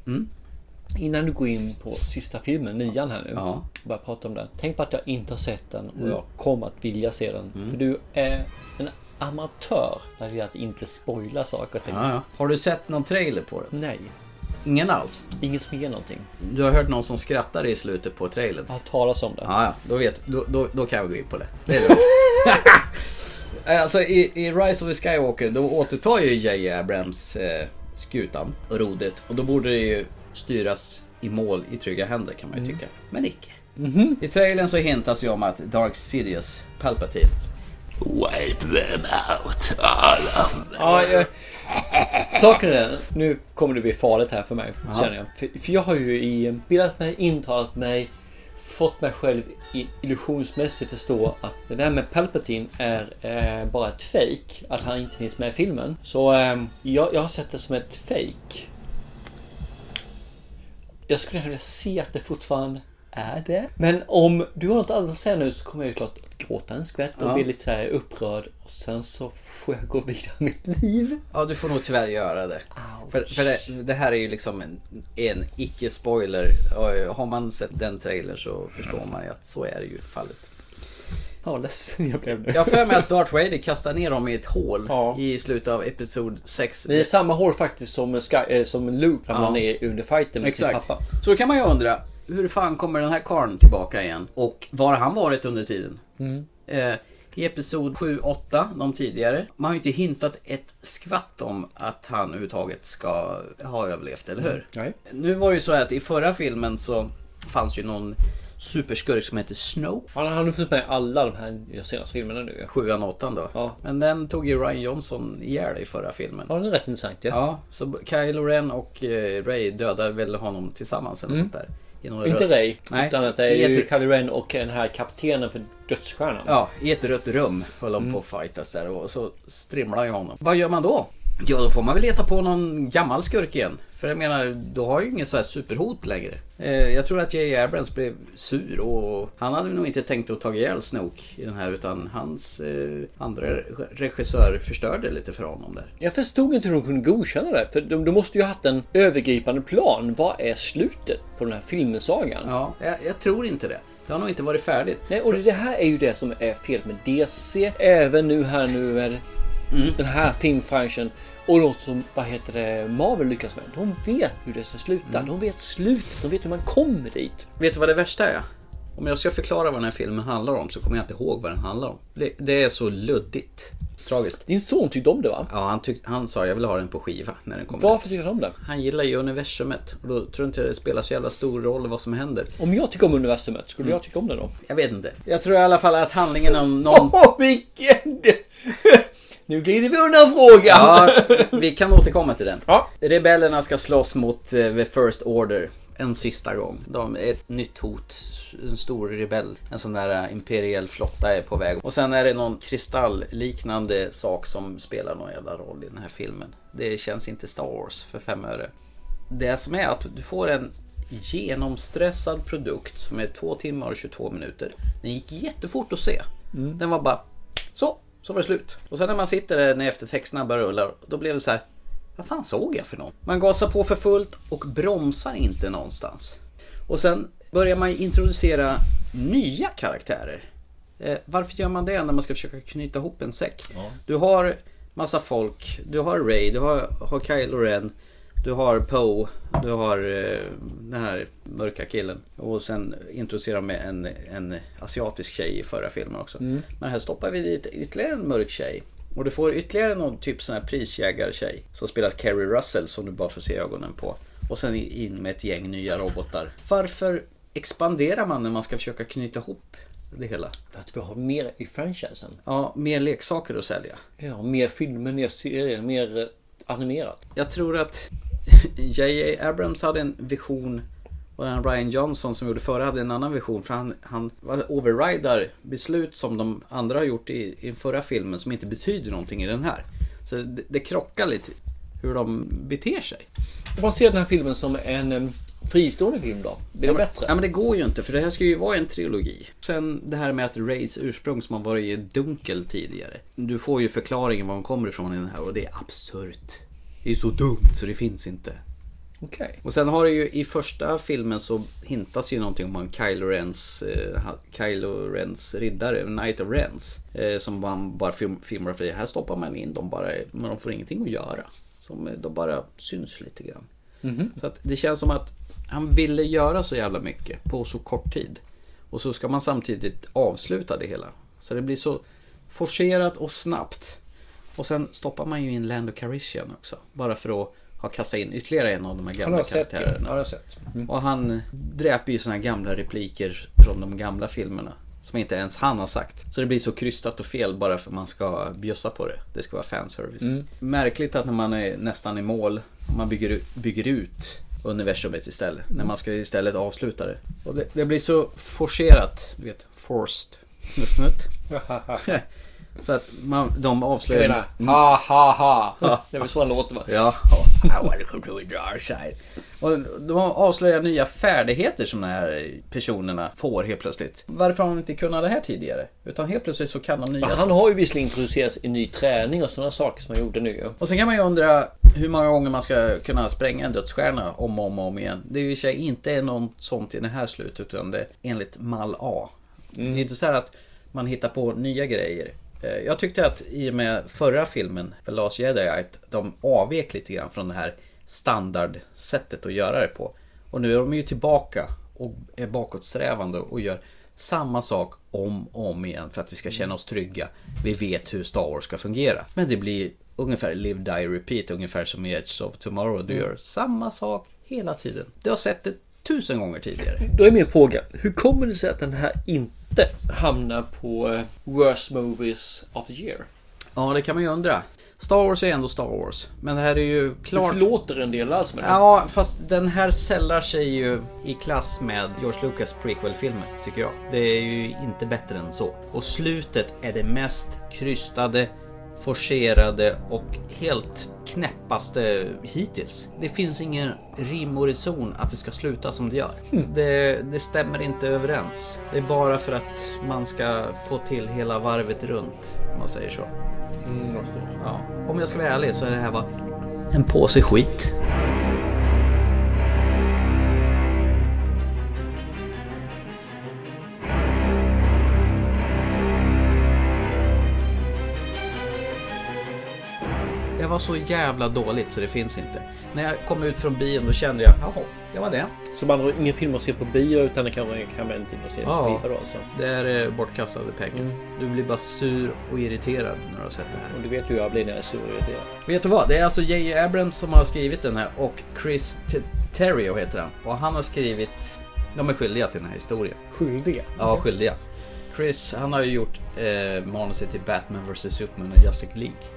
Innan du går in på sista filmen, 9:an här nu, bara prata om den. Tänk på att jag inte har sett den och jag kommer att vilja se den. För du är en amatör när det är att inte spoila saker och ting. Har du sett någon trailer på det? Nej. Ingen alls? Ingen som ger någonting. Du har hört någon som skrattar i slutet på trailern? Jag har talat om det. Då kan vi gå in på det. Det är alltså i Rise of the Skywalker då återtar ju J.J. Abrams skutan och rodet. Och då borde det ju styras i mål i trygga händer kan man ju tycka. Men icke. I trailern så hintas ju om att Darth Sidious, Palpatine, wipe them out, all of them. Ja, saken är, nu kommer det bli farligt här för mig, känner jag. För jag har ju bildat mig, intalat mig, fått mig själv illusionsmässigt förstå att det där med Palpatine är bara ett fake, att han inte finns med i filmen. Så jag har sett det som ett fake. Jag skulle vilja se att det fortfarande är det. Men om du har något annat att säga nu så kommer jag ju klart att gråta en skvätt och bli lite så här upprörd. Och sen så får jag gå vidare i mitt liv. Ja, du får nog tyvärr göra det. För det här är ju liksom en icke-spoiler. Och har man sett den trailer så förstår man ju att så är det ju fallet. Ja, ledsen jag blev nu. Jag får med att Darth Vader kastar ner dem i ett hål i slutet av episod 6. Det är samma hål faktiskt som Luke ramlar ner under fighten med sin pappa. Så då kan man ju undra, hur fan kommer den här karln tillbaka igen? Och var har han varit under tiden? I episod 7-8, de tidigare, man har ju inte hintat ett skvatt om att han överhuvudtaget ska ha överlevt, eller hur? Nej. Nu var det ju så att i förra filmen så fanns ju någon superskurk som heter Snow. Han har nu fått med alla de här senaste filmerna nu. 7-8 då. Ja. Men den tog ju Ryan Johnson ihjäl i förra filmen. Ja, det är rätt intressant. Ja, så Kylo Ren och Rey dödar väl honom tillsammans eller något där. Inte Rey, utan att det är ju Kylo Ren och den här kaptenen för dödsstjärnan. Ja, i ett rött rum höll de på att fightas där och så strimlar ju honom. Vad gör man då? Ja, då får man väl leta på någon gammal skurk igen. För jag menar, då har ju ingen så här superhot längre. Jag tror att J.J. Abrams blev sur och han hade nog inte tänkt att ta ihjäl Snoke i den här, utan hans andra regissör förstörde lite för honom där. Jag förstod inte hur de kunde godkänna det, för de måste ju ha haft en övergripande plan. Vad är slutet på den här filmsagan? Ja, jag tror inte det. Det har nog inte varit färdigt. Nej, och det här är ju det som är fel med DC. Även nu med den här filmfranchisen. Och något som, Marvel lyckas med. De vet hur det ska sluta. De vet slutet. De vet hur man kommer dit. Vet du vad det värsta är? Om jag ska förklara vad den här filmen handlar om så kommer jag inte ihåg vad den handlar om. Det är så luddigt. Tragiskt. Din son tyckte om det, va? Ja, han sa jag vill ha den på skiva när den kommer. Varför tyckte han om det? Han gillar ju universumet. Och då tror jag inte det spelar så jävla stor roll vad som händer. Om jag tycker om universumet, skulle jag tycka om det då? Jag vet inte. Jag tror i alla fall att handlingen om någon... Vilken... Nu glider vi undan frågan. Ja, vi kan återkomma till den. Ja. Rebellerna ska slåss mot The First Order en sista gång. De är ett nytt hot, en stor rebell, en sån där imperial flotta är på väg. Och sen är det någon kristallliknande sak som spelar någon jävla roll i den här filmen. Det känns inte Star Wars för 5 öre. Det som är att du får en genomstressad produkt som är 2 timmar och 22 minuter. Den gick jättefort att se. Den var bara så var det slut. Och sen när man sitter där när eftertexterna börjar rulla, då blev det så här, vad fan såg jag för någon? Man gasar på för fullt och bromsar inte någonstans. Och sen börjar man introducera nya karaktärer. Varför gör man det när man ska försöka knyta ihop en säck? Ja. Du har massa folk, du har Rey, du har Kylo Ren, du har Poe, du har den här mörka killen. Och sen introducerar med en asiatisk tjej i förra filmen också. Men här stoppar vi dit ytterligare en mörk tjej. Och du får ytterligare någon typ sån här prisjägartjej som spelar Kerry Russell som du bara får se ögonen på. Och sen in med ett gäng nya robotar. Varför expanderar man när man ska försöka knyta ihop det hela? För att vi har mer i franchisen. Ja, mer leksaker att sälja. Ja, mer filmer, mer serier, mer animerat. Jag tror att J.J. Abrams hade en vision och den Ryan Johnson som gjorde förra hade en annan vision, för han overrider beslut som de andra har gjort i förra filmen som inte betyder någonting i den här. Så det krockar lite hur de beter sig. Om man ser den här filmen som en fristående film då, det är bättre. Ja, men det går ju inte, för det här ska ju vara en trilogi. Sen det här med att Reys ursprung som har varit i dunkel tidigare. Du får ju förklaringen var de kommer ifrån i den här och det är absurt. Det är så dumt så det finns inte. Okay. Och sen har det ju i första filmen så hintas ju någonting om Kylo Rens riddare, Knight of Rens, som man bara filmar för. Här stoppar man in dem bara, men de får ingenting att göra. Som de bara syns lite grann. Så att det känns som att han ville göra så jävla mycket på så kort tid. Och så ska man samtidigt avsluta det hela. Så det blir så forcerat och snabbt. Och sen stoppar man ju in Lando Calrissian också. Bara för att har kastat in ytterligare en av de här gamla karaktärerna. Har jag sett. Och han dräper ju såna här gamla repliker från de gamla filmerna som inte ens han har sagt. Så det blir så krystat och fel bara för man ska bjussa på det. Det ska vara fanservice. Märkligt att när man är nästan i mål, man bygger ut universumet istället. När man ska istället avsluta det. Och det blir så forcerat, du vet, forced. Snutt. Så att de avslöjar... Det är väl så han låter, va? Ja. Welcome to the dark side. Och de avslöjar nya färdigheter som de här personerna får helt plötsligt. Varför har de inte kunnat det här tidigare? Utan helt plötsligt så kan de nya... Han har ju visserligen introducerats i ny träning och sådana saker som han gjorde nu. Och sen kan man ju undra hur många gånger man ska kunna spränga en dödsstjärna om och om igen. Det är ju sig inte något sånt i det här slutet, utan det är enligt mall A. Det är inte så här att man hittar på nya grejer. Jag tyckte att i och med förra filmen, The Last Jedi, att de avvek lite grann från det här standardsättet att göra det på. Och nu är de ju tillbaka och är bakåtsträvande och gör samma sak om och om igen för att vi ska känna oss trygga. Vi vet hur Star Wars ska fungera. Men det blir ungefär live, die, repeat, ungefär som i Edge of Tomorrow. Du gör samma sak hela tiden. Du har sett det 1000 gånger tidigare. Då är min fråga, hur kommer det sig att den här inte hamnar på Worst Movies of the Year? Ja, det kan man ju undra. Star Wars är ändå Star Wars. Men det här är ju klart... Du förlåter en del alltså med det. Ja, fast den här sällar sig ju i klass med George Lucas prequel-filmer, tycker jag. Det är ju inte bättre än så. Och slutet är det mest krystade, forcerade och helt knäppaste hittills. Det finns ingen rim och reson att det ska sluta som det gör. Det stämmer inte överens. Det är bara för att man ska få till hela varvet runt, om man säger så. Ja. Om jag ska vara ärlig så är det här bara en påse skit. Det var så jävla dåligt så det finns inte. När jag kom ut från bion då kände jag, jaha, det var det. Så man har ingen film att se på bio utan det kan vara en tid att se på bio då alltså. Det är bortkastade pengar. Du blir bara sur och irriterad när du har sett det här. Och du vet hur jag blir när jag är sur och irriterad. Vet du vad? Det är alltså J.J. Abrams som har skrivit den här och Chris Terrio heter han. Och han har skrivit, de är skyldiga till den här historien. Skyldiga? Ja, skyldiga. Chris, han har ju gjort manuset till Batman vs. Superman och Justice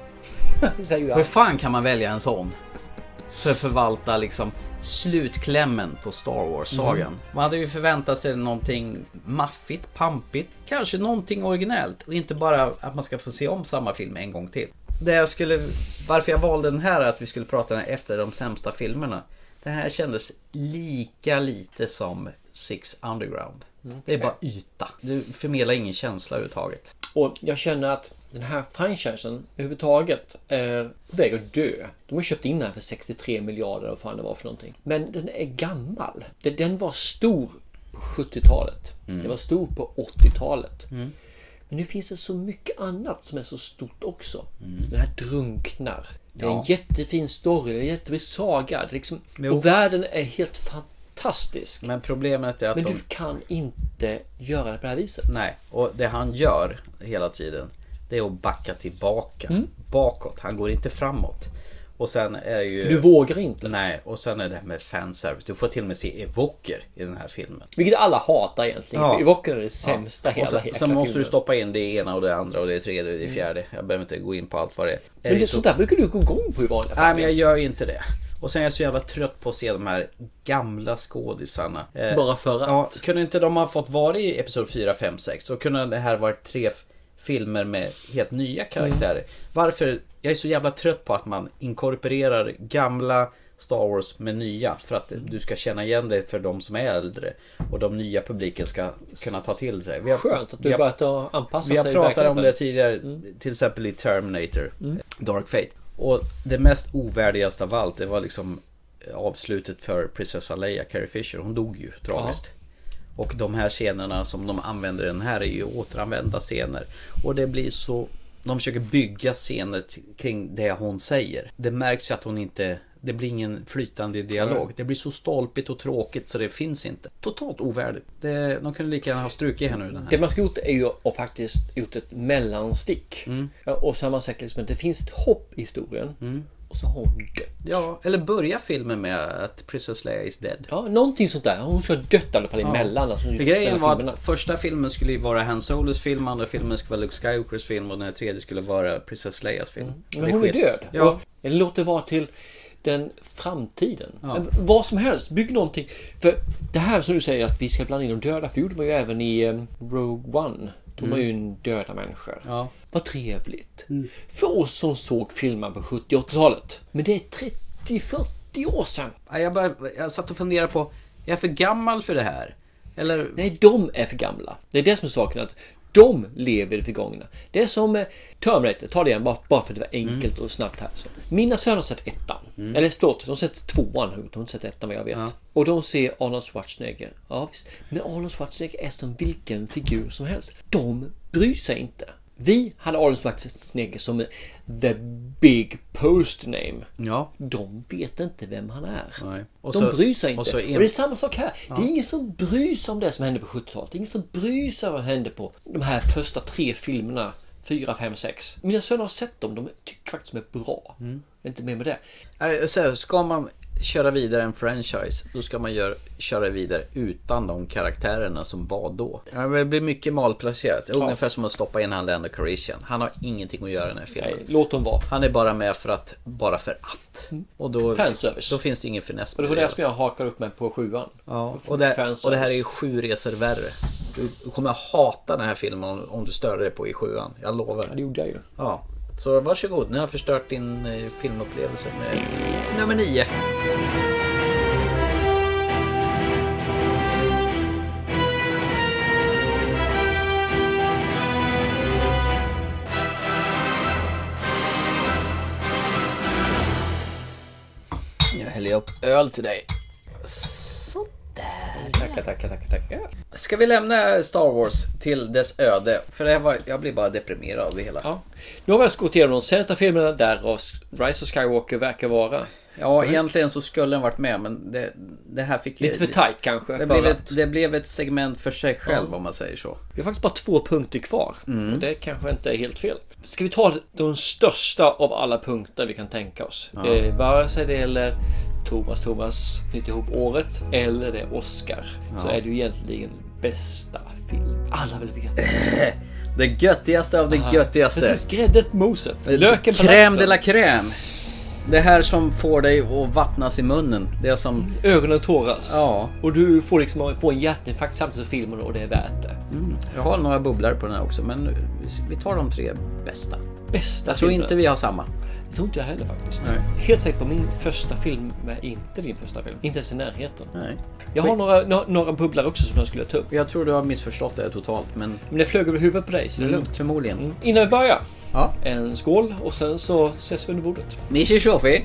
League. Hur fan kan man välja en sån för att förvalta liksom slutklämmen på Star Wars-sagan? Man hade ju förväntat sig någonting maffigt, pampigt, kanske någonting originellt och inte bara att man ska få se om samma film en gång till. Varför jag valde den här att vi skulle prata efter de sämsta filmerna. Det här kändes lika lite som Six Underground. Det är bara yta. Du förmedlar ingen känsla överhuvudtaget. Och jag känner att den här franchisen överhuvudtaget är på väg att dö. De har köpt in den för 63 miljarder och fan det var för någonting. Men den är gammal. Den var stor på 70-talet. Den var stor på 80-talet. Men nu finns det så mycket annat som är så stort också. Den här drunknar. Det är en jättefin story, det är en jättefin saga. Det är liksom, och världen är helt fantastisk. Men problemet är att du kan inte göra det på det här viset. Nej, och det han gör hela tiden det är att backa tillbaka bakåt. Han går inte framåt. Och sen är ju... Du vågar inte. Nej, och sen är det här med fanservice. Du får till och med se Evoker i den här filmen. Vilket alla hatar egentligen. Ja. Evoker är det sämsta hela sen måste du stoppa in det ena och det andra och det tredje och det fjärde. Jag behöver inte gå in på allt vad det är. Men det, sånt där brukar du gå igång på i vanliga fall. Nej, men jag gör inte det. Och sen är jag så jävla trött på att se de här gamla skådisarna. Bara för att. Ja, kunde inte de ha fått vara i episod 4, 5, 6 så kunde det här varit 3 filmer med helt nya karaktärer. Varför? Jag är så jävla trött på att man inkorporerar gamla Star Wars med nya för att du ska känna igen det för de som är äldre och de nya publiken ska kunna ta till sig. Skönt att du börjat anpassa sig. Vi har pratat om det tidigare, till exempel i Terminator, Dark Fate. Och det mest ovärdigaste av allt, det var liksom avslutet för prinsessa Leia, Carrie Fisher. Hon dog ju tragiskt. Och de här scenerna som de använder den här är ju återanvända scener. Och det blir så... De försöker bygga scener kring det hon säger. Det märks att hon inte... Det blir ingen flytande dialog. Det blir så stolpigt och tråkigt så det finns inte. Totalt ovärdigt. De kunde lika gärna ha strukit här nu. Den här. Det man ska gjort är ju att faktiskt gjort ett mellanstick. Och så har man sagt liksom att det finns ett hopp i historien. och så har hon dött. Ja, eller börja filmen med att Princess Leia is dead. Ja, någonting sånt där. Hon ska ha dött i alla fall emellan. Alltså, grejen var att första filmen skulle vara Han Solos film, andra filmen skulle vara Luke Skywalkers film och den tredje skulle vara Princess Leias film. Men hon är död. Ja. Eller låt det vara till den framtiden. Ja. Vad som helst, bygg någonting. För det här som du säger att vi ska blanda in de döda, för gjorde man ju även i Rogue One. De var ju en döda människor. Ja. Vad trevligt. För oss som såg filmer på 70-80-talet. Men det är 30-40 år sedan. Jag satt och funderade på, är jag för gammal för det här? Eller... Nej, de är för gamla. Det är det som är saken, att de lever i det förgångna. Det är som Terminator, ta det igen bara för att det var enkelt och snabbt här. Så. Mina söner har sett ettan. Eller förlåt, de har sett tvåan. De har inte sett ettan vad jag vet. Ja. Och de ser Arnold Schwarzenegger. Ja visst. Men Arnold Schwarzenegger är som vilken figur som helst. De bryr sig inte. Vi hade Arnold Schwarzenegger som the big post name. Ja. De vet inte vem han är. Nej. De bryr sig inte. Och det är samma sak här. Ja. Det är ingen som bryr sig om det som hände på 70-talet. Det är ingen som bryr sig om vad som hände på de här första 3 filmerna. 4, 5, 6. Mina söner har sett dem. De tycker faktiskt de är bra. Inte mer med det. Så ska man köra vidare en franchise, då ska man köra vidare utan de karaktärerna som var då. Det blir mycket malplacerat. Ungefär som att stoppa in han Lando Calrissian. Han har ingenting att göra i den här filmen. Nej, låt dem vara. Han är bara med bara för att. Och då finns det ingen finess. Och det var det som jag hakar upp med på 7:an. Ja, och det här är ju 7 resor värre. Du kommer hata den här filmen om du stör dig på i 7:an. Jag lovar. Ja, det gjorde jag ju. Ja. Så varsågod, nu har jag förstört din filmupplevelse med nummer 9. Jag häller upp öl till dig. Tackar. Ska vi lämna Star Wars till dess öde? För jag blir bara deprimerad av det hela. Ja. Nu har vi gått igenom de senaste filmerna där Rise of Skywalker verkar vara. Ja, egentligen så skulle den varit med, men det här fick ju... Lite för tight kanske. Det blev ett segment för sig själv, om man säger så. Vi har faktiskt bara 2 punkter kvar. Och det kanske inte är helt fel. Ska vi ta de största av alla punkter vi kan tänka oss? Vare sig det gäller Thomas knyter ihop året eller det är Oscar, så är det ju egentligen bästa film. Alla vill veta. Det göttigaste av det göttigaste. Precis, gräddet moset. Löken på crème de la crème. Det här som får dig att vattnas i munnen. Det är som... Ögonen tåras. Ja. Och du får liksom få en hjärtinfarkt samtidigt som filmen, och det är värt det. Jag har några bubblor på den här också, men vi tar de 3 bästa. Jag tror inte vi har samma. Det tror inte jag heller faktiskt. Nej. Helt säkert på min första film, men inte din första film. Inte ens i närheten. Nej. Jag har några bubblor också som jag skulle ta upp. Jag tror du har missförstått det totalt, men det flög över huvudet på dig, så det är lugnt. Förmodligen. Innan vi börjar. Ja. En skål och sen så ses vi under bordet. Michi Shofi.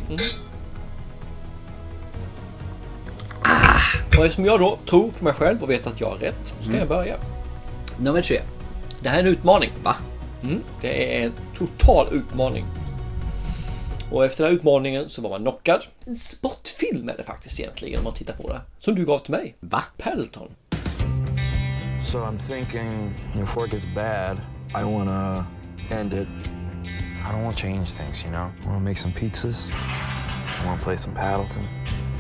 Och eftersom jag då tror på mig själv och vet att jag har rätt, så ska jag börja. Nummer 3. Det här är en utmaning. Va? Det är en total utmaning. Och efter den här utmaningen så var man knockad. En sportfilm är det faktiskt egentligen, om man tittar på det. Som du gav till mig. Va? Peloton. So I'm thinking, if work gets bad, I wanna end it. I don't want to change things, you know? I want to make some pizzas. I want to play some Paddleton.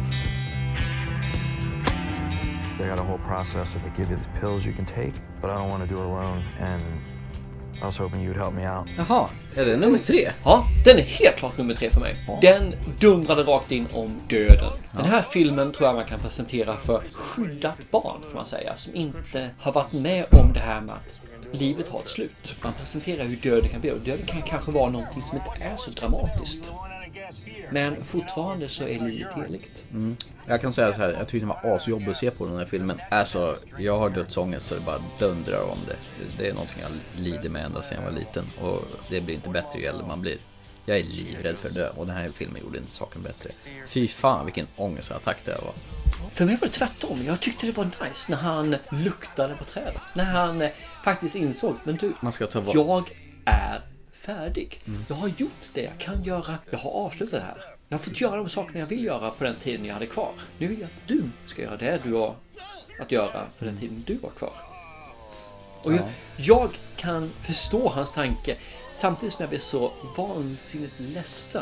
They got a whole process that they give you these pills you can take, but I don't want to do it alone, and I was hoping you would help me out. Jaha, är det nummer 3? Ja, den är helt klart nummer 3 för mig. Ja. Den dundrade rakt in om döden. Ja. Den här filmen tror jag man kan presentera för skyddat barn, kan man säga, som inte har varit med om det här med att livet har ett slut. Man presenterar hur döden kan bli, och döden kan kanske vara någonting som inte är så dramatiskt. Men fortfarande så är livet heligt. Jag kan säga så här, jag tyckte det var asjobbigt att se på den här filmen. Alltså, jag har dödsångest så det bara dundrar om det. Det är någonting jag lider med ända sedan jag var liten. Och det blir inte bättre ju äldre man blir. Jag är livrädd för att dö, och den här filmen gjorde inte saken bättre. Fy fan, vilken ångestattack det var. För mig var det tvärtom. Jag tyckte det var nice när han luktade på trädet. När han faktiskt insåg, men du, jag är färdig. Jag har gjort det jag kan göra. Jag har avslutat det här. Jag har fått göra de sakerna jag vill göra på den tiden jag hade kvar. Nu vill jag att du ska göra det du har att göra för den tiden du var kvar. Och jag kan förstå hans tanke, samtidigt som jag blir så vansinnigt ledsen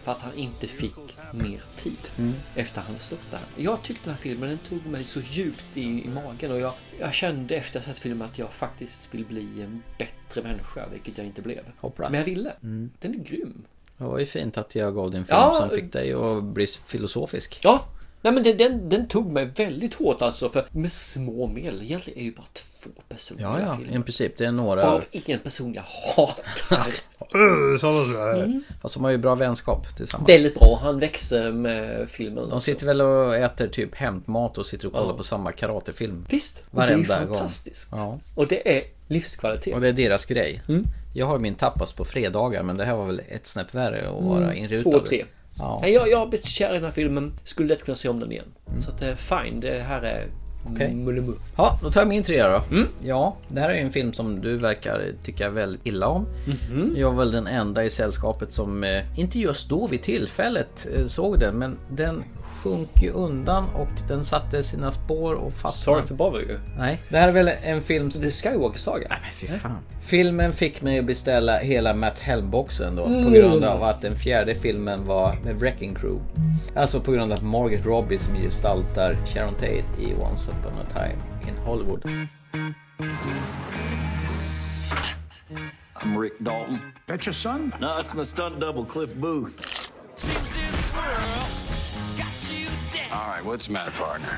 för att han inte fick mer tid efter han stått där. Jag tyckte den här filmen, den tog mig så djupt i magen, och jag kände efter att jag sett filmen att jag faktiskt vill bli en bättre människa, vilket jag inte blev. Hoppla. Men jag ville. Den är grym. Det var ju fint att jag gav din film som fick dig att bli filosofisk. Ja. Nej, men den tog mig väldigt hårt alltså, för med små medel, egentligen är ju bara 2 personer i filmen. I princip, det är några... Av ingen person jag hatar. Fast de har ju bra vänskap tillsammans. Väldigt bra, han växer med filmen. De sitter väl och äter typ hämtmat och sitter och kollar på samma karatefilm. Visst, varenda det är ju fantastiskt. Och det är livskvalitet. Och det är deras grej. Jag har min tapas på fredagar, men det här var väl ett snäpp värre att vara inrutad. 2 och 3. Ja. Jag har blivit kär i den här filmen. Skulle lätt kunna se om den igen. Så att det är fine. Det här är mullimu. Ja, då tar jag min 3 då. Ja, det här är en film som du verkar tycka väldigt illa om. Jag var väl den enda i sällskapet som inte just då vid tillfället såg den, men den sjönk ju undan och den satte sina spår och fastnade. Sorry to bother you. Nej, det här är väl en film... The Skywalker Saga. Nej, men fy fan. Filmen fick mig att beställa hela Matt Helm-boxen då, på grund av att den 4:e filmen var med Wrecking Crew. Alltså på grund av Margaret Robbie som gestaltar Sharon Tate i Once Upon a Time in Hollywood. I'm Rick Dalton. That's your son? No, it's my stunt double, Cliff Booth. All right, what's the matter, partner?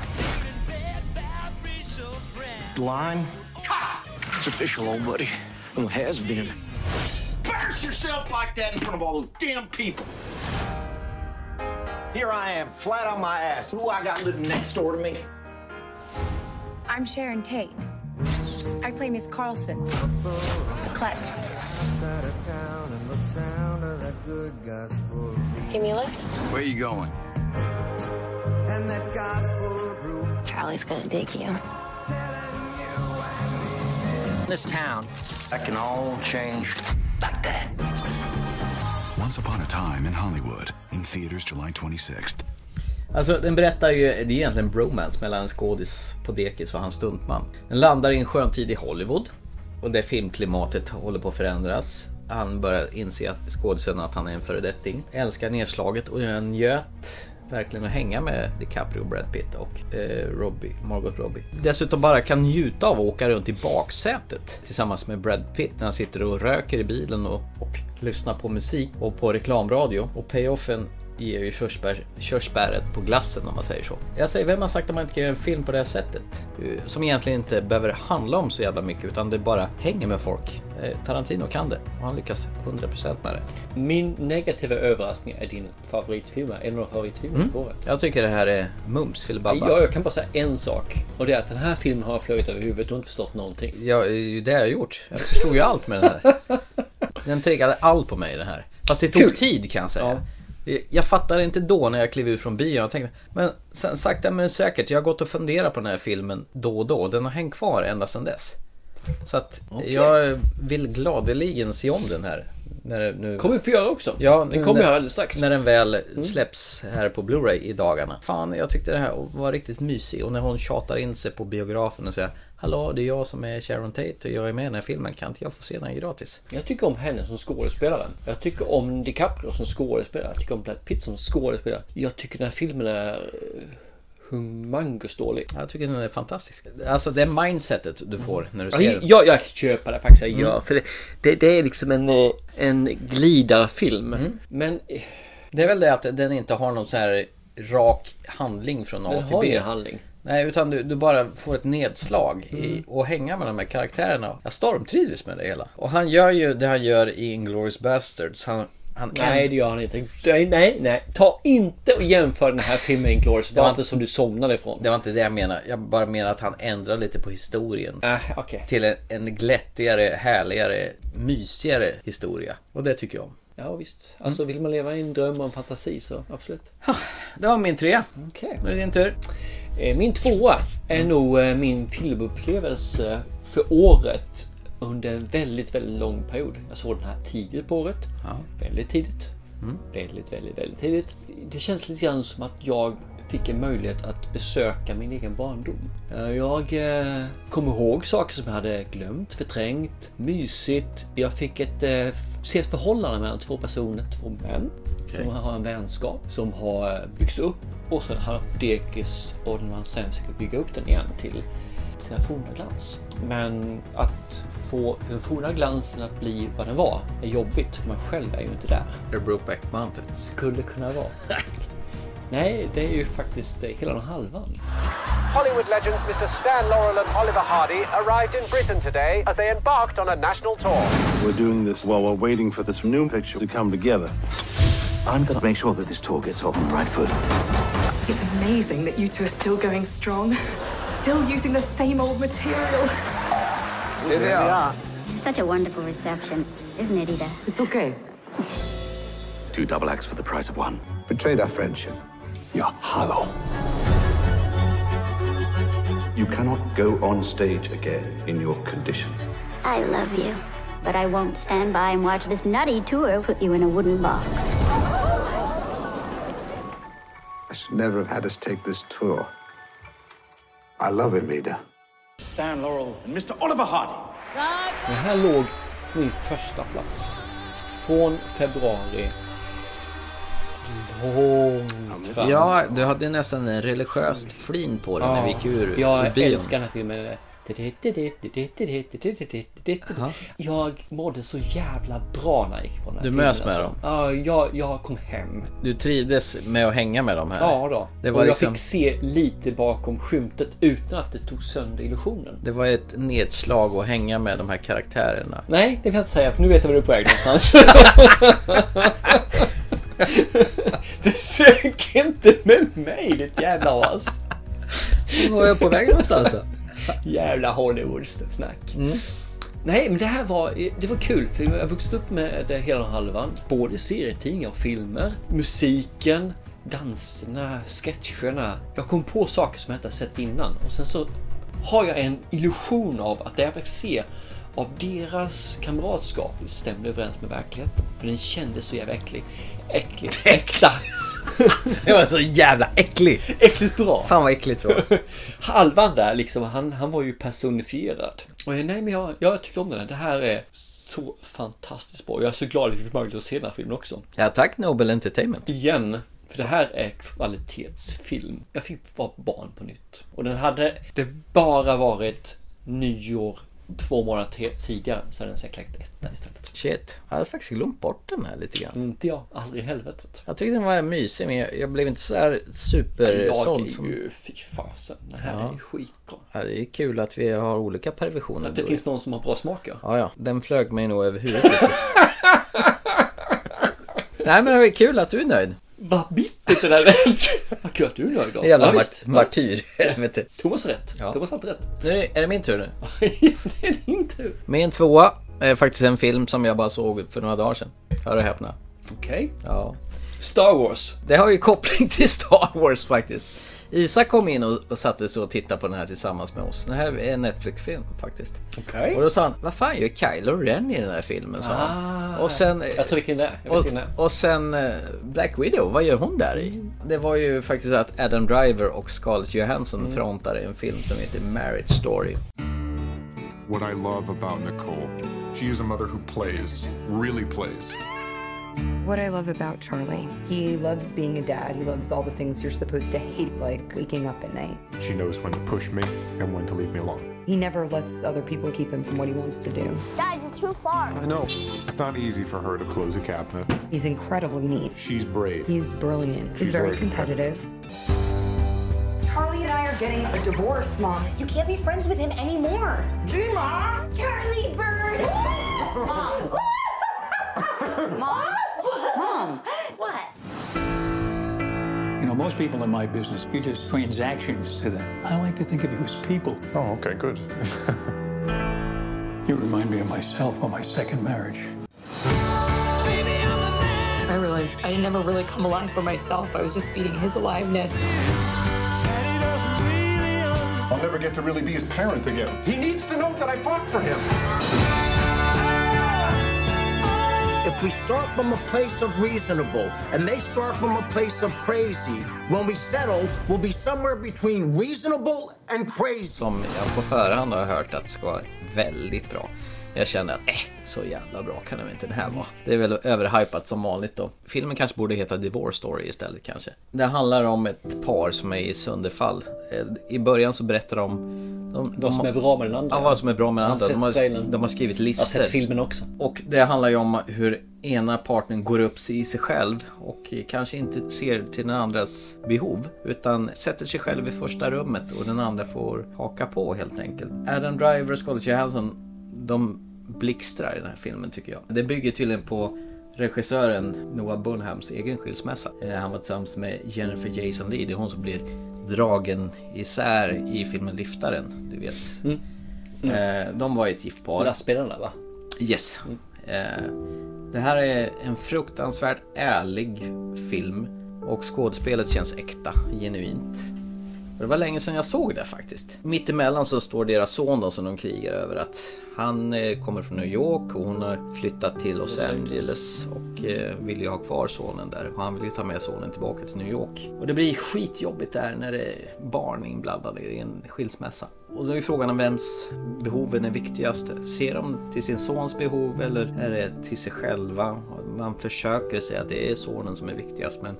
Line? It's official, old buddy. Well, has been. Embarrass yourself like that in front of all those damn people. Here I am, flat on my ass. Who I got living next door to me? I'm Sharon Tate. I play Miss Carlson, the klutz. Give me a lift. Where you going? Charlie's gonna dig you. This town, that can all change like that. Once upon a time in Hollywood, in theaters July 26th. Alltså den berättar ju, det är egentligen bromance mellan en skådis på dekis och hans stuntman. Den landar i en skön tid i Hollywood och där filmklimatet håller på att förändras. Han börjar inse att skådisen att han är en föredetting. Älskar nedslaget och jag njöt verkligen att hänga med DiCaprio, Brad Pitt och Margot Robbie. Dessutom bara kan njuta av att åka runt i baksätet tillsammans med Brad Pitt när han sitter och röker i bilen och lyssnar på musik och på reklamradio. Och payoffen ger ju körsbäret på glassen om man säger så. Jag säger, vem har sagt att man inte kan göra en film på det här sättet? Som egentligen inte behöver handla om så jävla mycket utan det bara hänger med folk. Tarantino kan det och han lyckas 100% med det. Min negativa överraskning är din favoritfilm, en av favoritfilmerna på året. Jag tycker det här är mums filibabba. Jag kan bara säga en sak och det är att den här filmen har flugit över huvudet och inte förstått någonting. Ja, det har jag gjort. Jag förstod ju allt med den här. Den triggade allt på mig det här. Fast det tog tid kan jag säga. Ja. Jag fattade inte då när jag klev ut från bion. Jag tänkte, men sen sakta men säkert, jag har gått och funderat på den här filmen då och då. Den har hängt kvar ända sedan dess. Så att jag vill gladeligen se om den här. Nu... Kommer vi få göra också. Ja, den kommer jag alldeles strax. När den väl släpps här på Blu-ray i dagarna. Fan, jag tyckte det här var riktigt mysig. Och när hon tjatar in sig på biografen och säger, hallå, det är jag som är Sharon Tate och jag är med i den här filmen. Kan inte jag få se den gratis? Jag tycker om henne som skådespelare. Jag tycker om DiCaprio som skådespelare. Jag tycker om Brad Pitt som skådespelare. Jag tycker den här filmen är humongous dålig. Jag tycker den är fantastisk. Alltså det mindsetet du får när du ser den. Jag köper det faktiskt, jag gör. För det är liksom en glidarfilm. Men det är väl det att den inte har någon så här rak handling från A till B. Den har ingen handling. Nej, utan du bara får ett nedslag i att hänga med de här karaktärerna. Jag stormtrivs med det hela. Och han gör ju det han gör i Inglourious Basterds. Nej, det gör han inte. Nej. Ta inte och jämför den här filmen med Inglourious Basterds som du somnade ifrån. Det var inte det jag menar. Jag bara menar att han ändrar lite på historien. Okay. Till en glättigare, härligare, mysigare historia. Och det tycker jag om. Ja visst. Alltså vill man leva i en dröm och en fantasi så absolut. Det var min 3. Okej. Nu är det din tur. Min 2 är nog min filmupplevelse för året under en väldigt, väldigt lång period. Jag såg den här tidigt på året. Väldigt tidigt. Väldigt tidigt. Det känns lite grann som att jag fick en möjlighet att besöka min egen barndom. Jag kom ihåg saker som jag hade glömt, förträngt, mysigt. Jag fick se ett förhållande mellan två personer, två män. Som har en vänskap som har byggts upp och sen har Dekis och man sen försöker bygga upp den igen till sina forna glans. Men att få den forna glansen att bli vad den var är jobbigt för man själv är ju inte där. The Brokeback Mountain. Skulle kunna vara. Nej, det är ju faktiskt hela den halvan. Hollywood legends Mr. Stan Laurel and Oliver Hardy arrived in Britain today as they embarked on a national tour. We're doing this while we're waiting for this new picture to come together. I'm gonna make sure that this tour gets off on the right foot. It's amazing that you two are still going strong. Still using the same old material. Here they are. Such a wonderful reception, isn't it, Ida? It's okay. 2 double acts for the price of 1. Betrayed our friendship. You're hollow. You cannot go on stage again in your condition. I love you, but I won't stand by and watch this nutty tour put you in a wooden box. I should never have had us take this tour. I love him, Ida. Stan Laurel and Mr. Oliver Hardy. Det här låg på min första plats. Från februari. Långt. Ja, du hade nästan en religiöst flin på den när vi gick ur jag bion. älskar den här filmen. Jag mådde så jävla bra när jag gick på den här filmen. Du mös med dem? Ja, jag kom hem. Du trivdes med att hänga med dem här? Ja då. Det var och jag liksom... fick se lite bakom skymtet utan att det tog sönder illusionen. Det var ett nedslag att hänga med de här karaktärerna. Nej, det kan jag inte säga för nu vet jag var du är på väg någonstans. Försök inte med mig, ditt jävla as. Var är jag på väg någonstans? Jävla Hollywood-snack. Nej, men det var kul för jag har vuxit upp med det hela halvan. Både serietidningar och filmer. Musiken, danserna, sketcherna. Jag kom på saker som jag inte har sett innan. Och sen så har jag en illusion av att det jag fick se av deras kamratskap stämde överens med verkligheten. För den kändes så jävla äcklig. Det var så jävla äcklig. Äckligt bra. Fan vad äckligt bra. Halvan där liksom, han var ju personifierad. Och nej, men jag tycker om den här. Det här är så fantastiskt bra. Jag är så glad att vi fick möjlighet att se den här filmen också. Ja, tack Nobel Entertainment. Igen. För det här är kvalitetsfilm. Jag fick vara barn på nytt. Och den hade det bara varit nyår 2 månader tidigare så hade den säkert lagt 1 istället. Shit, jag hade faktiskt glömt bort den här lite grann. Inte jag, aldrig i helvetet. Jag tyckte den var mysig men jag blev inte så här supersåld som... ju fy fasen, det här är skitbra. Ja, det är kul att vi har olika perversioner. Att det finns någon som har bra smaker. Ja, den flög mig nog över huvudet. Nej men det är kul att du är nöjd. Vad bittert det där är. Vad kul att du är nöjd då. Jävla martyr. Thomas rätt. Ja. Thomas har alltid rätt. Nu är det min tur nu. Det är din tur. Min 2 är faktiskt en film som jag bara såg för några dagar sedan. Hör och häpna. Okej. Ja. Star Wars. Det har ju koppling till Star Wars faktiskt. Isak kom in och satte sig och tittade på den här tillsammans med oss. Det här är en Netflix-film faktiskt. Okej. Och då sa han, vad fan gör Kylo Ren i den här filmen? Sa han. Och sen, jag tror vilken det är. Och sen Black Widow, vad gör hon där i? Det var ju faktiskt att Adam Driver och Scarlett Johansson frontade en film som heter Marriage Story. What I love about Nicole, she is a mother who plays, really plays. What I love about Charlie, he loves being a dad. He loves all the things you're supposed to hate, like waking up at night. She knows when to push me and when to leave me alone. He never lets other people keep him from what he wants to do. Dad, you're too far. I know. It's not easy for her to close a cabinet. He's incredibly neat. She's brave. He's brilliant. He's very competitive. Charlie and I are getting a divorce, Mom. You can't be friends with him anymore. G-Mom! Charlie Bird! Mom! Mom? Mom! What? You know, most people in my business, you're just transactions to them. I like to think of you as people. Oh, okay, good. You remind me of myself on my second marriage. I realized I didn't ever really come along for myself. I was just feeding his aliveness. I'll never get to really be his parent again. He needs to know that I fought for him. If we start from a place of reasonable and they start from a place of crazy, when we settle, we'll be somewhere between reasonable and crazy. Som jag på förhand har hört att ska vara väldigt bra. Jag känner att så jävla bra kan det inte den här vara. Det är väl överhypat som vanligt då. Filmen kanske borde heta Divorce Story istället kanske. Det handlar om ett par som är i sönderfall. I början så berättar de som är bra med den andra. Ja, vad som är bra med den andra. De har skrivit listor. Jag har sett filmen också. Och det handlar ju om hur ena partnern går upp sig i sig själv och kanske inte ser till den andras behov utan sätter sig själv i första rummet och den andra får haka på helt enkelt. Adam Driver och Scarlett Johansson, de blixtrar i den här filmen tycker jag. Det bygger tydligen på regissören Noah Bunhams egen skilsmässa. Han var tillsammans med Jennifer Jason Leigh. Det är hon som blir dragen isär i filmen Liftaren, du vet. De var ett gift par. Spelarna va? Yes. Det här är en fruktansvärt ärlig film och skådespelet känns äkta, genuint. Det var länge sedan jag såg det faktiskt. Mittemellan så står deras son då som de krigar över att han kommer från New York och hon har flyttat till Los Angeles och vill ju ha kvar sonen där. Och han vill ju ta med sonen tillbaka till New York. Och det blir skitjobbigt där när det är barn inblandade i en skilsmässa. Och så är frågan om vems behoven är viktigast. Ser de till sin sons behov eller är det till sig själva? Man försöker säga att det är sonen som är viktigast men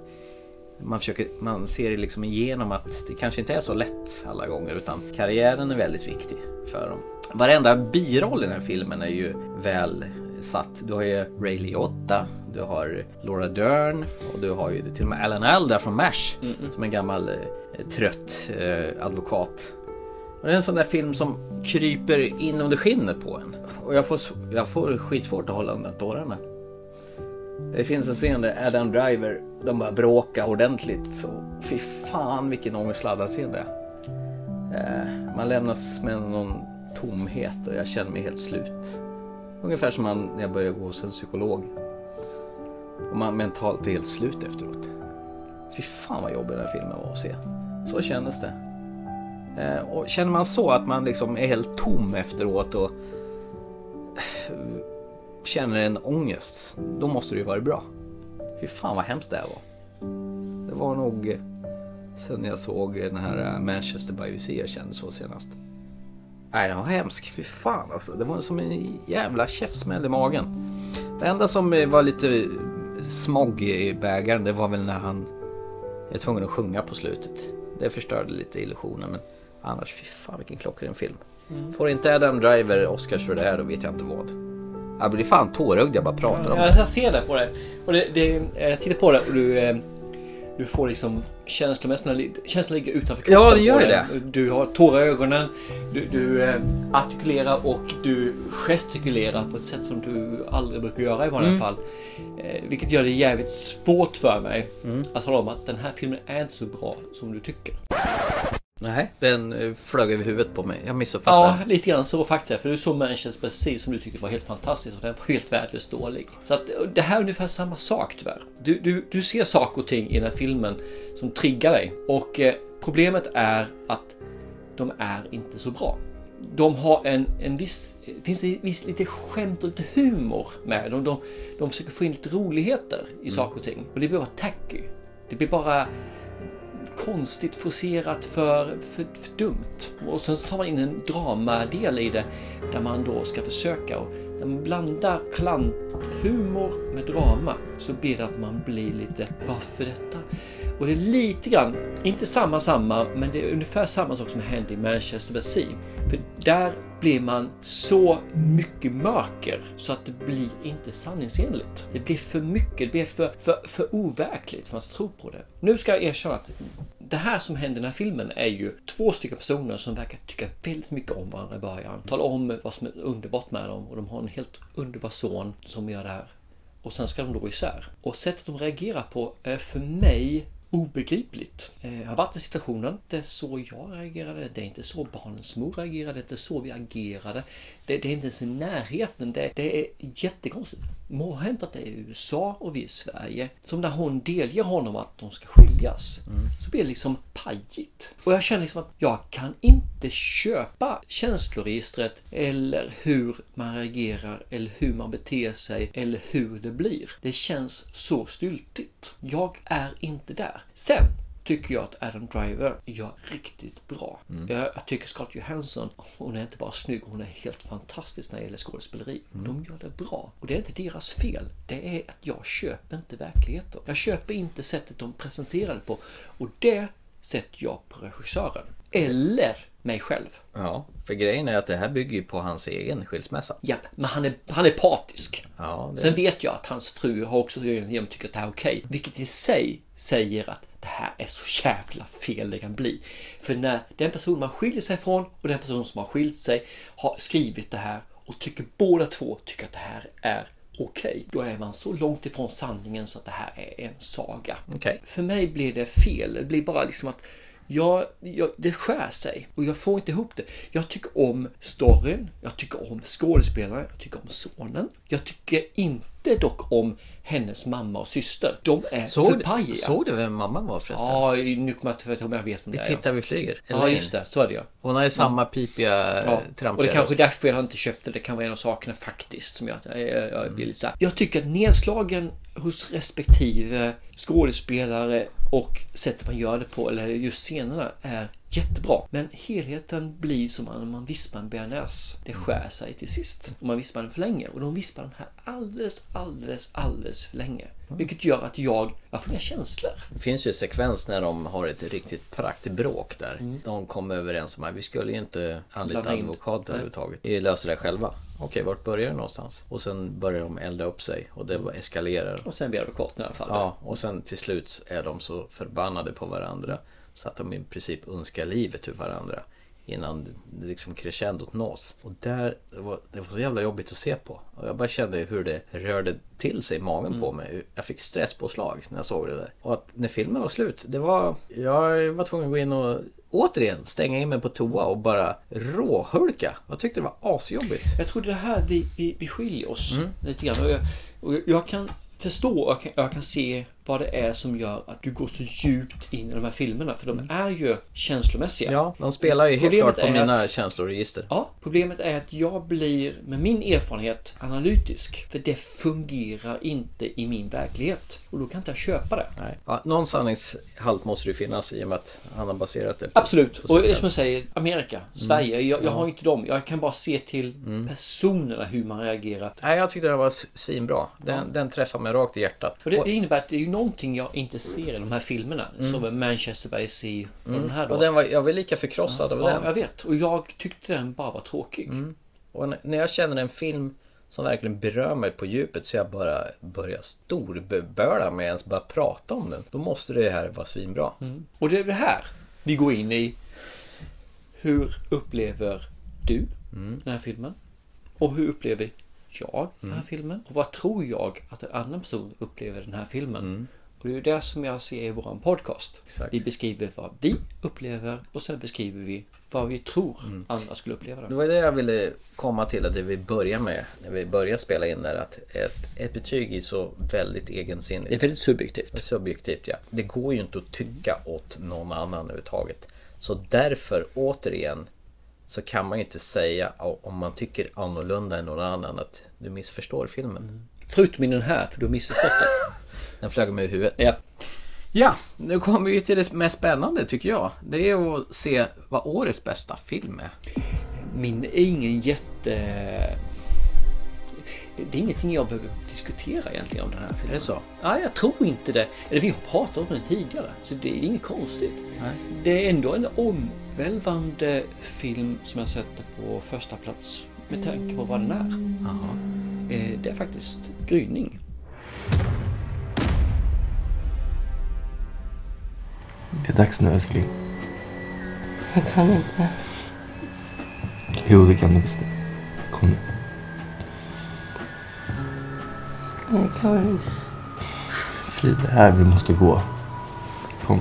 man ser det liksom igenom att det kanske inte är så lätt alla gånger utan karriären är väldigt viktig för dem. Varenda biroll i den här filmen är ju väl satt. Du har ju Ray Liotta, du har Laura Dern och du har ju till och med Alan Alda från MASH som en gammal trött advokat. Och det är en sån där film som kryper in under skinnet på en. Och jag får skitsvårt att hålla undan tårarna. Det finns en scen där Adam Driver, de bara bråkar ordentligt. Så fy fan vilken ångestladdad scen det är. Man lämnas med någon tomhet och jag känner mig helt slut. Ungefär som när jag började gå hos en psykolog. Och man mentalt är helt slut efteråt. Fy fan vad jobbig den här filmen var att se. Så kändes det. Och känner man så att man liksom är helt tom efteråt och känner en ångest, då måste det ju vara bra. Fy fan vad hemskt det här var. Det var nog sen jag såg den här Manchester by the Sea jag kände så senast. Nej, det var hemskt. Fy fan alltså. Det var som en jävla käftsmäll i magen. Det enda som var lite smog i bägaren, det var väl när han är tvungen att sjunga på slutet. Det förstörde lite illusionen, men annars, fy fan vilken klockren film. Får inte Adam Driver Oscars för det här, då vet jag inte vad. Jag blir fan tårögd, jag bara pratar om det. Jag ser det på det. Och jag tittar på det och du får liksom känslorna ligger utanför kroppen. Ja, det gör ju det. Du har tårar i ögonen, du artikulerar och du gestikulerar på ett sätt som du aldrig brukar göra i vanliga fall. Vilket gör det jävligt svårt för mig att tala om att den här filmen är inte så bra som du tycker. Nej, den flög över huvudet på mig. Jag missuppfattade. Ja, lite grann så faktiskt. För du såg Manchester precis som du tyckte var helt fantastiskt och den var helt värdelöst dålig. Så att det här är ungefär samma sak tyvärr. Du ser saker och ting i den här filmen som triggar dig. Och problemet är att de är inte så bra. De har en viss lite skämt och lite humor med dem. De försöker få in lite roligheter i saker och ting. Och det blir bara tacky. Det blir bara konstigt forcerat för dumt. Och sen tar man in en dramadel i det där man då ska försöka och när man blandar klanthumor med drama så blir det att man blir lite varför detta? Och det är lite grann, inte samma men det är ungefär samma sak som hände i Manchester by the Sea. För där blir man så mycket mörker så att det blir inte sanningsenligt. Det blir för mycket, det blir för overkligt för att man ska tro på det. Nu ska jag erkänna att det här som händer i den här filmen är ju 2 stycken personer som verkar tycka väldigt mycket om varandra i början. Tala om vad som är underbart med dem och de har en helt underbar son som gör det här. Och sen ska de då isär. Och sättet de reagerar på är för mig obegripligt. Jag har varit i situationen. Det är så jag reagerade. Det är inte så barnens mor reagerade. Det är inte så vi agerade. Det är inte ens i närheten. Det är jättekonstigt. må hänt att det är i USA och vi i Sverige. Som när hon delger honom att de ska skiljas. Så blir det liksom pajigt. Och jag känner liksom att jag kan inte köpa känsloregistret eller hur man reagerar eller hur man beter sig eller hur det blir. Det känns så styltigt. Jag är inte där. Sen tycker jag att Adam Driver gör riktigt bra. Jag tycker Scarlett Johansson, hon är inte bara snygg, hon är helt fantastisk när det gäller skådespeleri. De gör det bra. Och det är inte deras fel. Det är att jag köper inte verkligheten. Jag köper inte sättet de presenterar det på. Och det sätter jag på regissören. Eller mig själv. Ja, för grejen är att det här bygger ju på hans egen skilsmässa. Ja, men han är patisk. Ja, det... Sen vet jag att hans fru har också tycker att det här är okej. Vilket i sig säger att det här är så jävla fel det kan bli. För när den person man skiljer sig från och den person som har skilt sig har skrivit det här och tycker båda två tycker att det här är okej, då är man så långt ifrån sanningen så att det här är en saga. För mig blir det fel. Det blir bara liksom att det skär sig och jag får inte ihop det. Jag tycker om storyn, jag tycker om skådespelarna, jag tycker om sonen. Jag tycker inte dock om hennes mamma och syster. De är för pajiga. Såg du vem mamman var förresten? Ja, nu kommer jag inte om jag vet om det är. Vi tittar, vi flyger. Ja, just det, så är det. Hon har ju samma pipiga tramp. Och det är kanske därför jag inte köpte det. kan vara en av sakerna faktiskt som jag blir lite så här. Jag tycker att nedslagen hos respektive skådespelare och sättet man gör det på, eller just scenerna, är jättebra. Men helheten blir som om man vispar en bearnaise. Det skär sig till sist. Och man vispar den för länge. Och de vispar den här alldeles för länge. Vilket gör att jag får inga känslor. Det finns ju sekvens när de har ett riktigt praktbråk där. De kommer överens om att vi skulle ju inte anlita advokat överhuvudtaget. Vi löser det själva. Okej, vart börjar det någonstans? Och sen börjar de elda upp sig och det eskalerar. Och sen blir advokaten i alla fall. Ja, och sen till slut är de så förbannade på varandra så att de i princip önskar livet ur varandra innan det liksom crescendot nås. Och det var så jävla jobbigt att se på. Och jag bara kände hur det rörde till sig i magen på mig. Jag fick stresspåslag när jag såg det där. Och att när filmen var slut, jag var tvungen att gå in och återigen stänga in mig på toa och bara råhulka. Jag tyckte det var asjobbigt. Jag tror det här vi skiljer oss lite grann. Och jag kan förstå och jag kan se vad det är som gör att du går så djupt in i de här filmerna. För de är ju känslomässiga. Ja, de spelar ju helt klart på mina känsloregister. Ja, problemet är att jag blir med min erfarenhet analytisk. För det fungerar inte i min verklighet. Och då kan inte jag köpa det. Nej. Ja, någon sanningshalt måste det finnas i och med att han har baserat det på. Absolut. Och som jag säger, Amerika, Sverige. Jag har inte dem. Jag kan bara se till personerna hur man reagerar. Nej, jag tyckte det var svinbra. Den träffar mig rakt i hjärtat. Och det innebär att det är ju någonting jag inte ser i de här filmerna. Som Manchester by Sea och den här då. Och jag var lika förkrossad av den. Ja, jag vet. Och jag tyckte den bara var tråkig. Och när jag känner en film som verkligen berör mig på djupet så jag bara börjar storböla med ens bara prata om den. Då måste det här vara svinbra. Och det är det här vi går in i. Hur upplever du den här filmen? Och hur upplever jag den här filmen? Och vad tror jag att en annan person upplever den här filmen? Och det är ju det som jag ser i våran podcast. Exakt. Vi beskriver vad vi upplever och sen beskriver vi vad vi tror andra skulle uppleva det. Det var det jag ville komma till, att det vi börjar med när vi börjar spela in där, att ett betyg är så väldigt egensinnigt. Det är väldigt subjektivt. Subjektivt, ja. Det går ju inte att tycka åt någon annan överhuvudtaget. Så därför, återigen, så kan man ju inte säga om man tycker annorlunda än någon annan att du missförstår filmen. Förutom i den här, för du har missförstått det. Den flög med i huvudet. Ja. Ja, nu kommer vi till det mest spännande tycker jag. Det är att se vad årets bästa film är. Min är ingen jätte... Det är ingenting jag behöver diskutera egentligen om den här filmen. Är det så? Ja, jag tror inte det. Eller vi har pratat om den tidigare. Så det är inget konstigt. Nej. Det är ändå en omvälvande film som jag sätter på första plats med tanke på vad den är. Aha. Det är faktiskt Gryning. Det är dags nu, älskling. Jag kan inte. Jo, det kan du visst. Kom nu. Jag klarar inte. Frida, det här vi måste gå. Kom.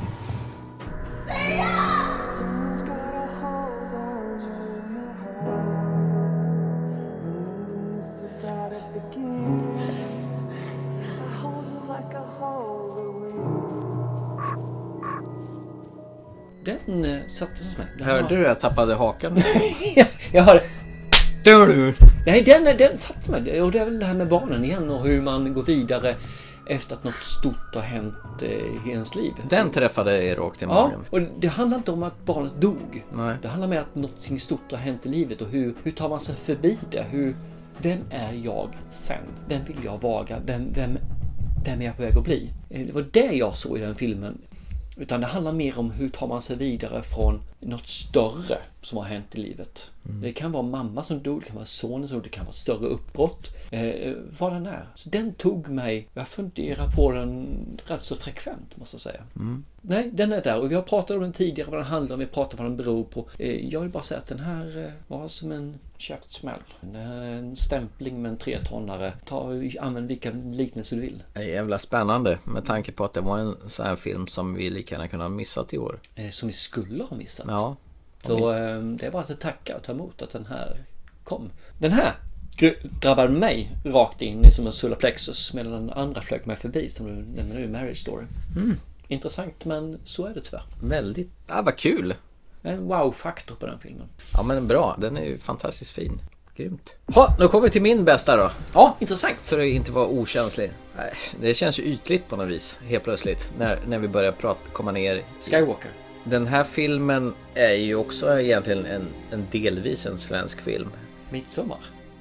den sattes hos mig. Hörde du jag tappade hakan? Jag hörde... Nej, den satte mig. Och det är väl det här med barnen igen och hur man går vidare efter att något stort har hänt i ens liv. Den träffade er rakt i magen. Ja, och det handlar inte om att barnet dog. Nej. Det handlar om att något stort har hänt i livet och hur tar man sig förbi det? Vem är jag sen? Vem vill jag vara? Vem är jag på väg att bli? Det var det jag såg i den filmen. Utan det handlar mer om hur tar man sig vidare från något större som har hänt i livet. Det kan vara mamma som dog, det kan vara sonen som dog, det kan vara större uppbrott. Vad den är. Så den tog mig, jag funderar på den rätt så frekvent måste jag säga. Nej, den är där och vi har pratat om den tidigare, vad den handlar om, vi pratar om vad den beror på. Jag vill bara säga att den här var som en käftsmäll. En stämpling med en 3-tonnare. Använd vilka liknelser du vill. Det är jävla spännande med tanke på att det var en sån här film som vi lika gärna kunde ha missat i år. Som vi skulle ha missat. Ja. Så det är bara att tacka och ta emot att den här kom. Den här drabbade mig rakt in som en solarplexus medan den andra flög mig förbi som du nämner nu, Marriage Story. Intressant, men så är det tyvärr. Väldigt, vad kul. En wow-faktor på den filmen. Ja, men bra, den är ju fantastiskt fin. Grymt. Nu kommer vi till min bästa då. Ja, intressant. Så det inte var okänslig. Det känns ju ytligt på något vis, helt plötsligt. När vi börjar komma ner. Skywalker. Den här filmen är ju också egentligen en delvis en svensk film. Midsommar.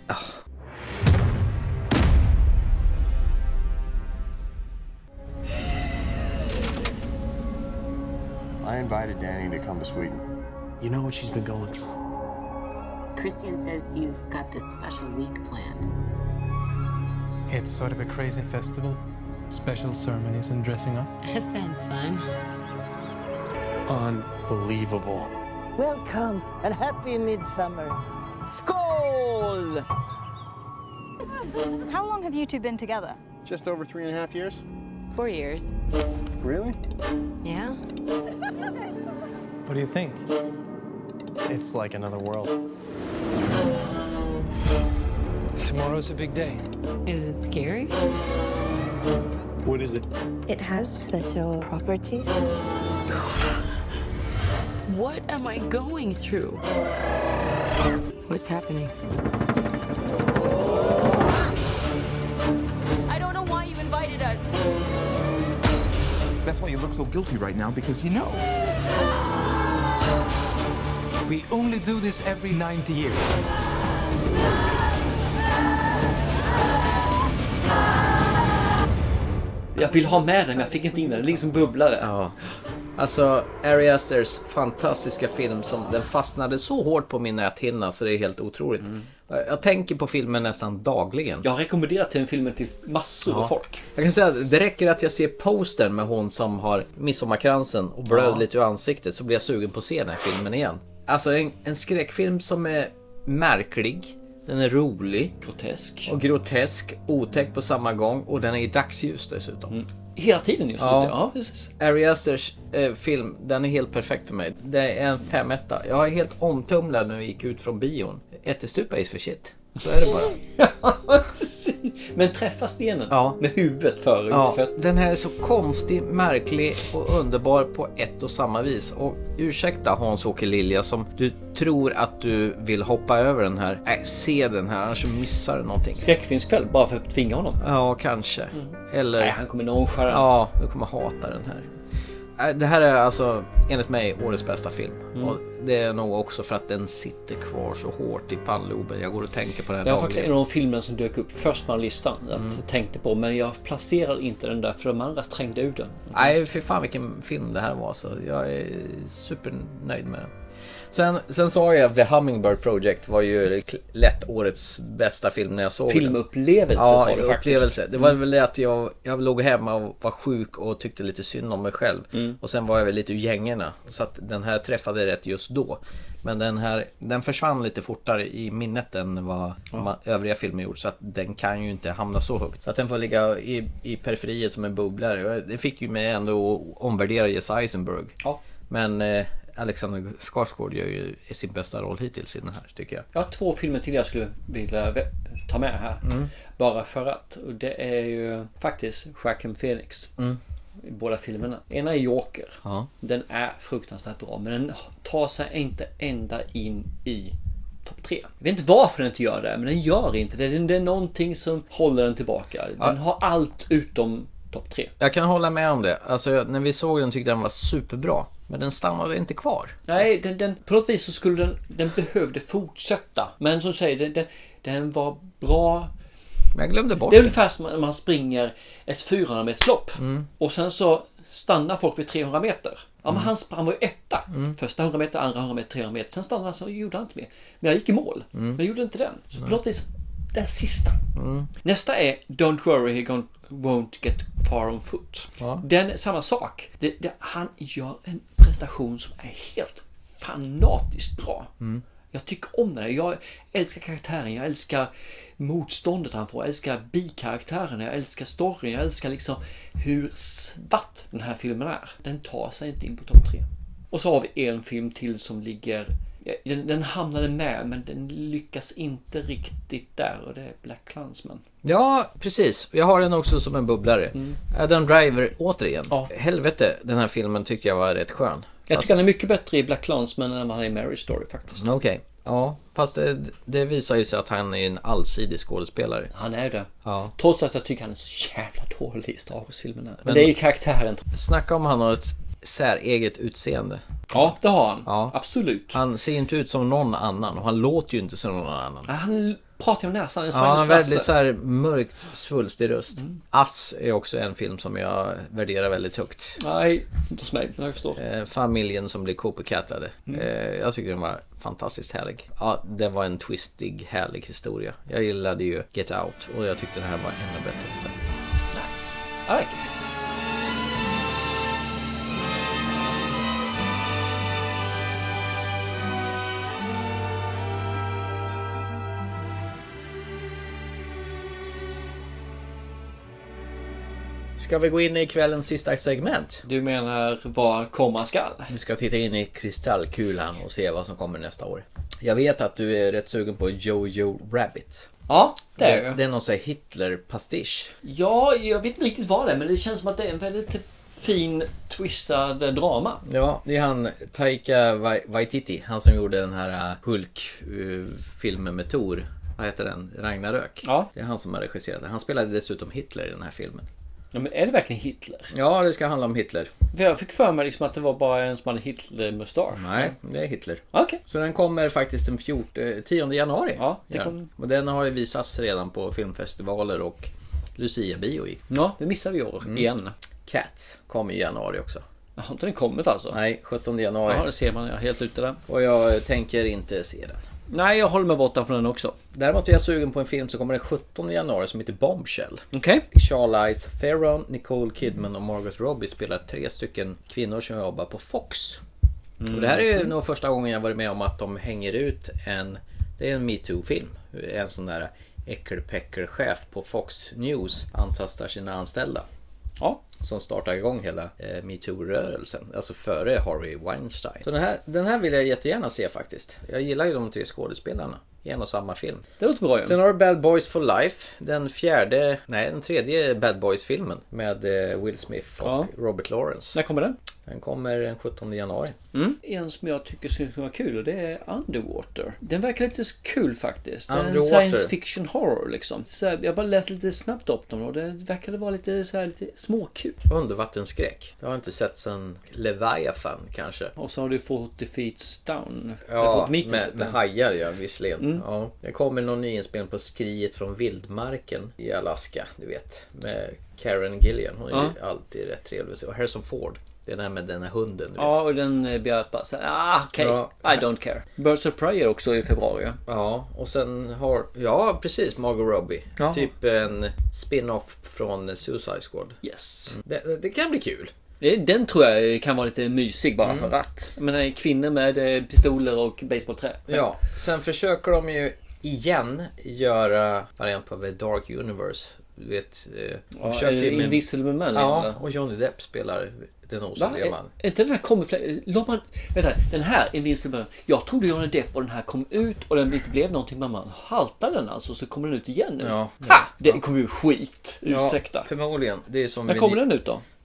I invited Danny to come to Sweden. You know what she's been going through. Christian says you've got this special week planned. It's sort of a crazy festival. Special ceremonies and dressing up. That sounds fun. Unbelievable. Welcome and happy midsummer. Skål! How long have you two been together? Just over 3.5 years. 4 years. Really? Yeah. What do you think? It's like another world. Tomorrow's a big day. Is it scary? What is it? It has special properties. What am I going through? What's happening? I don't know why you invited us. That's why you look so guilty right now, because you know. We only do this every 90 years. Jag vill ha med den, men jag fick inte in den. Det är liksom bubblare. Ja. Alltså, Ari Asters fantastiska film som den fastnade så hårt på min näthinna så det är helt otroligt. Jag tänker på filmen nästan dagligen. Jag har rekommenderat den filmen till massor av folk. Jag kan säga att det räcker att jag ser postern med hon som har midsommarkransen och blöd lite ur ansiktet så blir jag sugen på att se den här filmen igen. Alltså en skräckfilm som är märklig. Den är rolig. Grotesk. Otäck på samma gång. Och den är i dagsljus dessutom. Hela tiden just ja, precis. Ari Asters film, den är helt perfekt för mig. Det är en 5-1. Jag är helt omtumlad när vi gick ut från bion. Ättestupa is för shit. Så är det bara. Men träffa stenen med huvudet för utfött. Den här är så konstig, märklig och underbar på ett och samma vis. Och ursäkta Hans-Åke Lilja som du tror att du vill hoppa över den här. Nej, se den här, annars missar du någonting. Skräckfilmskväll, bara för att tvinga honom. Ja, kanske. Eller... Nej, han kommer nonchalera. Ja, du kommer hata den här. Det här är alltså enligt mig årets bästa film. Och det är nog också för att den sitter kvar så hårt i pannloben. Jag går och tänker på den här. Det var faktiskt en av de filmerna som dök upp först på listan. Jag tänkte på, men jag placerade inte den där för de andra trängde ut den. Nej, för fan vilken film det här var. Så jag är supernöjd med den. Sen sa jag att The Hummingbird Project var ju lätt årets bästa film när jag såg filmupplevelse. Ja, sa du faktiskt. Upplevelse. Det var väl det att jag låg hemma och var sjuk och tyckte lite synd om mig själv. Och sen var jag väl lite ur gängerna. Så att den här träffade rätt just då. Men den försvann lite fortare i minnet än vad övriga filmer gjort. Så att den kan ju inte hamna så högt. Så att den får ligga i periferiet som en bubblare. Det fick ju mig ändå att omvärdera Jesse Eisenberg. Ja. Men Alexander Skarsgård gör ju sin bästa roll hittills i den här, tycker jag. Jag har 2 filmer till jag skulle vilja ta med här. Bara för att. Och det är ju faktiskt Joaquin Phoenix. i båda filmerna. Ena är Joker. Ja. Den är fruktansvärt bra, men den tar sig inte ända in i topp 3. Jag vet inte varför den inte gör det, men den gör inte det. Det är någonting som håller den tillbaka. Den har allt utom topp 3. Jag kan hålla med om det. Alltså, när vi såg den tyckte den var superbra. Men den stannade inte kvar. Nej, den på något vis så skulle den behövde fortsätta. Men som säger, den var bra. Men jag glömde bort det. Är ungefär som när man springer ett 400 meterslopp. Och sen så stannar folk vid 300 meter. Ja, men han var ju etta. Första 100 meter, andra 100 meter, 300 meter. Sen stannade han så gjorde han inte mer. Men jag gick i mål. Men jag gjorde inte den. Så på något vis, det sista. Nästa är Don't worry, he won't get far on foot. Den är samma sak. Han gör en prestation som är helt fanatiskt bra. Jag tycker om det. Jag älskar karaktären. Jag älskar motståndet han får. Jag älskar bikaraktären. Jag älskar storyn. Jag älskar liksom hur svart den här filmen är. Den tar sig inte in på topp 3. Och så har vi en film till som ligger... Den hamnade med, men den lyckas inte riktigt där. Och det är Black Klansman. Ja, precis. Jag har den också som en bubblare. Adam Driver, återigen. Ja. Helvete, den här filmen tyckte jag var rätt skön. Jag tycker den är mycket bättre i Black Klansman än vad han är i Marriage Story faktiskt. Okej. Ja, fast det visar ju sig att han är en allsidig skådespelare. Han är det. Ja. Trots att jag tycker han är så jävla dålig i Star Wars-filmerna. Men det är ju karaktären. Snacka om han har ett säreget utseende. Ja, det har han. Ja. Absolut. Han ser inte ut som någon annan och han låter ju inte som någon annan. Han pratar ju om näsan. Ja, han har väldigt så här mörkt, svulstig röst. Ass är också en film som jag värderar väldigt högt. Nej, inte hos mig, men jag förstår. Familjen som blir copycattade. Jag tycker den var fantastiskt härlig. Ja, det var en twistig, härlig historia. Jag gillade ju Get Out och jag tyckte den här var ännu bättre faktiskt. Nice. I like it. Ska vi gå in i kvällens sista segment? Du menar vad komma skall? Vi ska titta in i kristallkulan och se vad som kommer nästa år. Jag vet att du är rätt sugen på Jojo Rabbit. Ja, det är jag. Det är någon sån här Hitler-pastisch. Ja, jag vet inte riktigt vad det är, men det känns som att det är en väldigt fin twistad drama. Ja, det är han Taika Waititi, han som gjorde den här Hulk-filmen med Thor. Vad heter den? Ragnarök. Ja. Det är han som har regisserat den. Han spelade dessutom Hitler i den här filmen. Ja, men är det verkligen Hitler? Ja, det ska handla om Hitler. För jag fick för mig liksom att det var bara en som hade Hitler-mustasch. Nej, det är Hitler. Okay. Så den kommer faktiskt den 10 januari. Ja, det kommer. Och den har ju visats redan på filmfestivaler och Lucia-bio. Ja, det missar vi i år igen. Cats kommer i januari också. Har inte den kommit alltså? Nej, 17 januari. Ja, det ser man. Jag är helt ute där. Och jag tänker inte se den. Nej, jag håller mig borta från den också. Däremot är jag sugen på en film som kommer den 17 januari som heter Bombshell. Okej. Charlize Theron, Nicole Kidman och Margot Robbie spelar 3 stycken kvinnor som jobbar på Fox. Och det här är nog första gången jag varit med om att de hänger ut det är en MeToo-film. En sån där äckelpäckelchef på Fox News antastar sina anställda. Ja. Som startar igång hela MeToo-rörelsen. Alltså före Harvey Weinstein. Så den här vill jag jättegärna se faktiskt. Jag gillar ju de 3 skådespelarna i en och samma film. Det låter bra. Sen har du Bad Boys for Life. Den 3:e Bad Boys-filmen. Med Will Smith och Robert Lawrence. När kommer den? Den kommer den 17 januari. En som jag tycker skulle vara kul, och det är Underwater. Den verkar lite kul faktiskt. Underwater. En science fiction horror liksom. Så jag bara läste lite snabbt upp dem och det verkade vara lite småkul. Undervattensskräck. Det har inte sett sen Leviathan kanske. Och så har du 40 Feet Down. Ja, med hajar ja, visserligen. Ja, det kommer någon nyinspelning på Skriet från vildmarken i Alaska, du vet. Med Karen Gillian. Hon är ju alltid rätt trevlig. Och Harrison Ford. Det är den med den här hunden, du vet. Ja, och den bjöd bara så okej. I don't care. Birds of Prey också i februari. Ja, och sen precis, Margot Robbie. Ja. Typ en spin-off från Suicide Squad. Yes. Det kan bli kul. Den tror jag kan vara lite mysig bara för att. Men kvinnor med pistoler och baseballträ. Ja, sen försöker de ju igen göra variant på The Dark Universe. Du vet, Invisible Man. Ja, och Johnny Depp spelar den osynliga man. Är inte den här kommer den här Invisible Man. Jag trodde Johnny Depp och den här kom ut och den inte blev någonting, men man haltade den alltså, så kommer den ut igen nu. Ja. Det kommer ju skit. Ursäkta. Förmodligen. Det är som när kommer den ut då?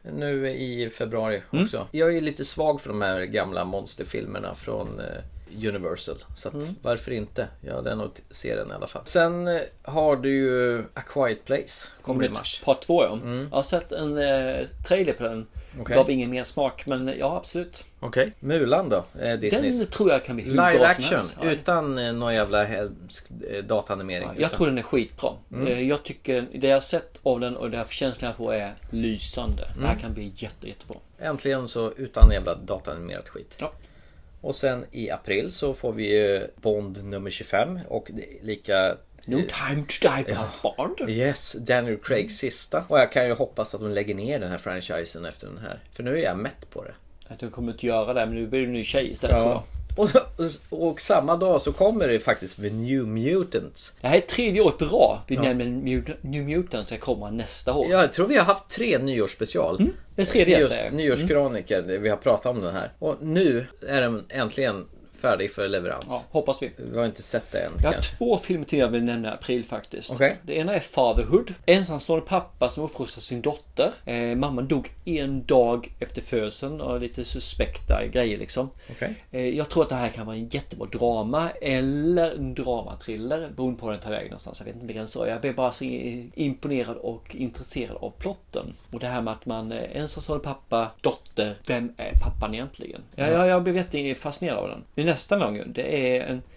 nu i februari också. Jag är lite svag för de här gamla monsterfilmerna från Universal. Så att, varför inte? Jag hade nog se den i alla fall. Sen har du ju A Quiet Place. Kommer i mars. Part 2, ja. Jag har sett en trailer på den. Gav ingen mer smak, men ja, absolut. Okej. Mulan då? Disneys. Den tror jag kan bli hur live bra action, som helst. utan någon jävla dataanimering. Jag tror den är skitbra. Jag tycker, det jag har sett av den och det här känslan jag får är lysande. Det här kan bli jättebra. Äntligen så utan jävla dataanimerat skit. Ja. Och sen i april så får vi Bond nummer 25 och lika No time to die, Bond. Yes, Daniel Craigs sista. Och jag kan ju hoppas att de lägger ner den här franchisen efter den här. För nu är jag mätt på det. Att de kommer inte göra det, men nu blir det en ny tjej istället, tror jag. Och samma dag så kommer det faktiskt The New Mutants. Det här är 3:e året på rad. Vi nämner New Mutants ska komma nästa år. Jag tror vi har haft 3 nyårsspecial. Det är 3:e säger. Nyårskroniker, vi har pratat om den här. Och nu är den äntligen färdig för leverans. Ja, hoppas vi. Vi har inte sett det än. Jag har 2 filmer till jag vill nämna i april faktiskt. Okay. Det ena är Fatherhood. Ensamstående pappa som uppfostrar sin dotter. Mamman dog 1 dag efter födseln och lite suspekta grejer liksom. Okay. Jag tror att det här kan vara en jättebra drama eller en dramatriller beroende på hur den tar vägen någonstans. Jag vet inte vilken så. Jag blir bara så imponerad och intresserad av plotten. Och det här med att man ensamstående pappa, dotter, vem är pappan egentligen? Jag blev jättefascinerad av den. Nästa gång, det är en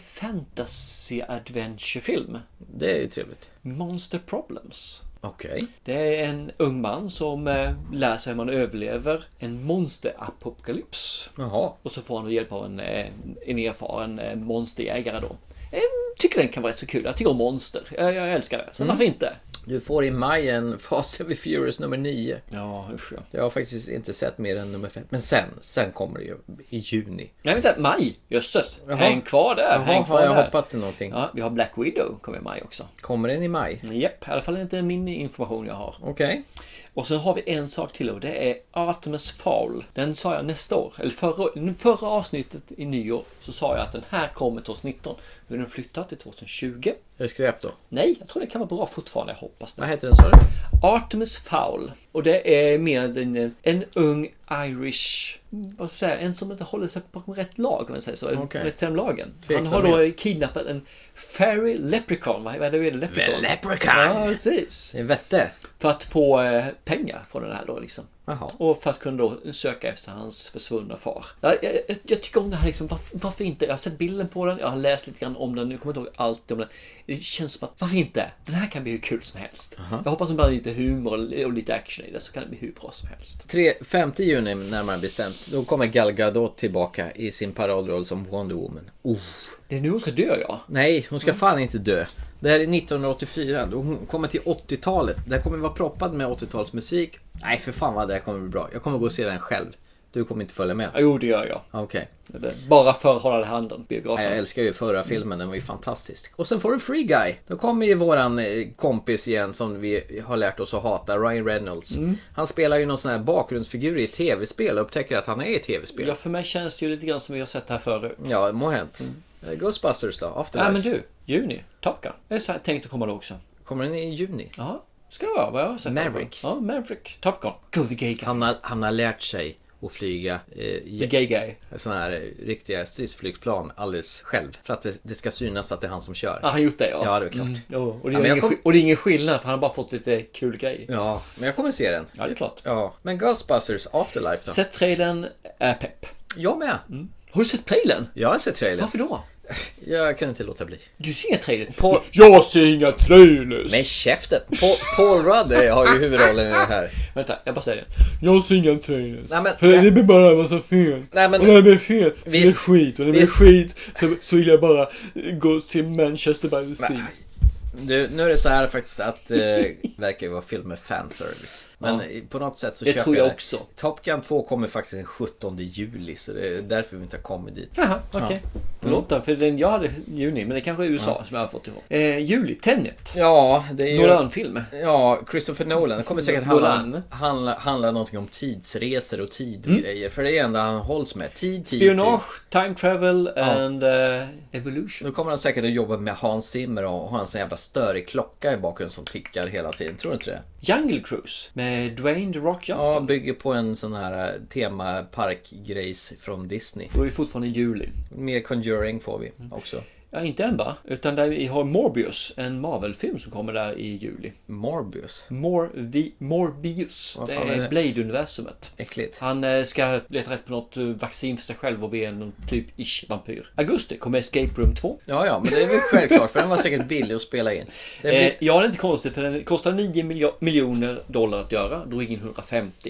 fantasy-adventure-film. Det är ju trevligt. Monster Problems. Okej. Det är en ung man som lär sig hur man överlever en monsterapokalyps. Jaha. Och så får han hjälp av en erfaren monsterjägare då. Jag tycker den kan vara rätt så kul. Jag tycker om monster. Jag älskar det. Så varför inte? Du får i maj en Fast and Furious nummer 9. Ja, usch ja. Jag har faktiskt inte sett mer än nummer 5. Men sen kommer det ju i juni. Nej, vänta, maj. Jösses. Häng kvar där. Har jag hoppat till någonting? Ja, vi har Black Widow kommer i maj också. Kommer den i maj? Japp, i alla fall inte min information jag har. Okej. Och så har vi en sak till och det är Artemis Fowl. Den sa jag nästa år. Eller förra avsnittet i nyår så sa jag att den här kommer 2019. Nu är den flyttat till 2020. Är det skräp då? Nej, jag tror det kan vara bra fortfarande. Jag hoppas det. Vad heter den, sa du? Artemis Fowl. Och det är med en ung Irish, vad ska jag säga, en som inte håller sig på rätt lag, om man säger så. Rätt lagen. Han har då kidnappat en fairy leprechaun. Vad är det? Leprechaun? Ja, precis. Det är vette. För att få pengar från den här då liksom. Jaha. Och för att kunna då söka efter hans försvunna far. Jag tycker om det här liksom, varför inte? Jag har sett bilden på den, jag har läst lite grann om den, nu kommer jag inte ihåg allt om den. Det känns som att, varför inte? Den här kan bli hur kul som helst. Jag hoppas att det blir lite humor och lite action i det, så kan det bli hur bra som helst. 5 juni närmare bestämt, då kommer Gal Gadot tillbaka i sin paradroll som Wonder Woman. Det är nu hon ska dö, ja. Nej, hon ska fan inte dö. Det här är 1984, då hon kommer till 80-talet. Det här kommer vara proppad med 80-talsmusik. Nej, för fan vad det här kommer bli bra. Jag kommer gå och se den själv. Du kommer inte följa med. Jo, det gör jag. Okej. Bara för att hålla handen, biografen. Jag älskar ju förra filmen, den var ju fantastisk. Och sen får du Free Guy. Då kommer ju våran kompis igen som vi har lärt oss att hata, Ryan Reynolds. Han spelar ju någon sån här bakgrundsfigur i ett tv-spel och upptäcker att han är i ett tv-spel. Ja, för mig känns det ju lite grann som vi har sett här förut. Ja, må hänt. Ghostbusters då, Afterlife. Ja, men du, juni, Top Gun. Jag tänkte komma då också. Kommer den i juni? Ja, ska det vara vad jag har sett. Maverick. Ja, Maverick, Top Gun. Go the gay guy. Han har lärt sig att flyga the gay guy. Såna här riktiga stridsflygplan alldeles själv. För att det ska synas att det är han som kör. Ja, han gjort det, ja. Ja, det är klart. Och det är ingen skillnad, för han har bara fått lite kul grej. Ja, men jag kommer se den. Ja, det är klart. Ja. Men Ghostbusters Afterlife då? Sett trailern, är pepp. Jag med. Har du sett trailern? Jag har sett trailern. Varför då? Jag kan inte låta bli. Du ser inga trailers? Jag ser inga trailers! Men käften! Paul Rudd har ju huvudrollen i det här. Vänta, jag bara säger det. Jag ser inga trailers. Nej, men, för det blir bara en massa fel. Nej, men, och när det blir fel så visst, är det skit. Och när det blir skit så vill jag bara gå och se Manchester by the Sea. Nu är det så här faktiskt att verkar ju vara film med fanservice. Men på något sätt så det tror jag också. Top Gun 2 kommer faktiskt den 17 juli, så det är därför vi inte har kommit dit. Jaha, okej. Förlåt då, för jag hade juni, men det kanske är USA som jag har fått ihåg. Juli, Tenet. Ja, det är ju Nolan-film. Ja, Christopher Nolan. Det kommer säkert handla någonting om tidsresor och tidgrejer. För det är enda han hålls med. Spionage, time travel and evolution. Då kommer han säkert att jobba med Hans Zimmer och ha en sån jävla störig klocka i bakgrunden som tickar hela tiden. Tror du inte det? Jungle Cruise med Dwayne The Rock Johnson. Ja, bygger på en sån här temaparkgrejs från Disney. Då är vi fortfarande i juli. Mer Conjuring får vi också. Ja, inte än va? Utan där vi har Morbius, en Marvel-film som kommer där i juli. Morbius? Morbius. Det är Blade-universumet. Äckligt. Han ska leta rätt på något vaccin för sig själv och bli en typ vampyr. Augusti kommer Escape Room 2. Ja, men det är väl självklart för den var säkert billig att spela in. Ja, det är inte konstigt för den kostar $9 miljoner att göra. Drog in 150.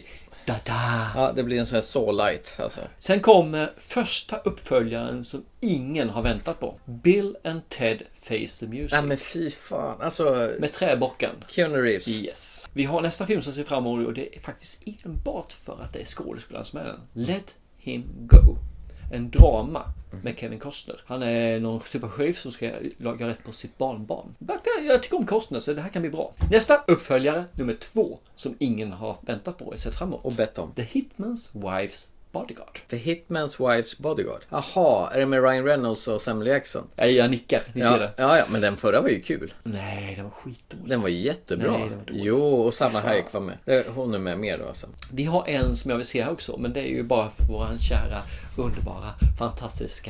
Ja, det blir en sån här so light alltså. Sen kommer första uppföljaren som ingen har väntat på. Bill and Ted Face the Music. Nej men fy fan. Alltså, med träbocken. Keanu Reeves. Yes. Vi har nästa film som ser fram emot och det är faktiskt enbart för att det är skådespelaren som är den. Let Him Go. En drama med Kevin Costner. Han är någon typ av chef som ska laga rätt på sitt barnbarn. Jag tycker om Costner så det här kan bli bra. Nästa uppföljare, nummer 2, som ingen har väntat på och sett framåt. Och bett om. The Hitman's Wife's Bodyguard. The Hitman's Wife's Bodyguard. Jaha, är det med Ryan Reynolds och Samuel Jackson? Ja, jag nickar, ni ser det. Ja, men den förra var ju kul. Nej, den var skitdålig. Den var jättebra. Nej, den var dålig. Jo, och Salma Hayek var med. Hon är med mer då alltså. Vi har en som jag vill se här också, men det är ju bara för våran kära, underbara, fantastiska,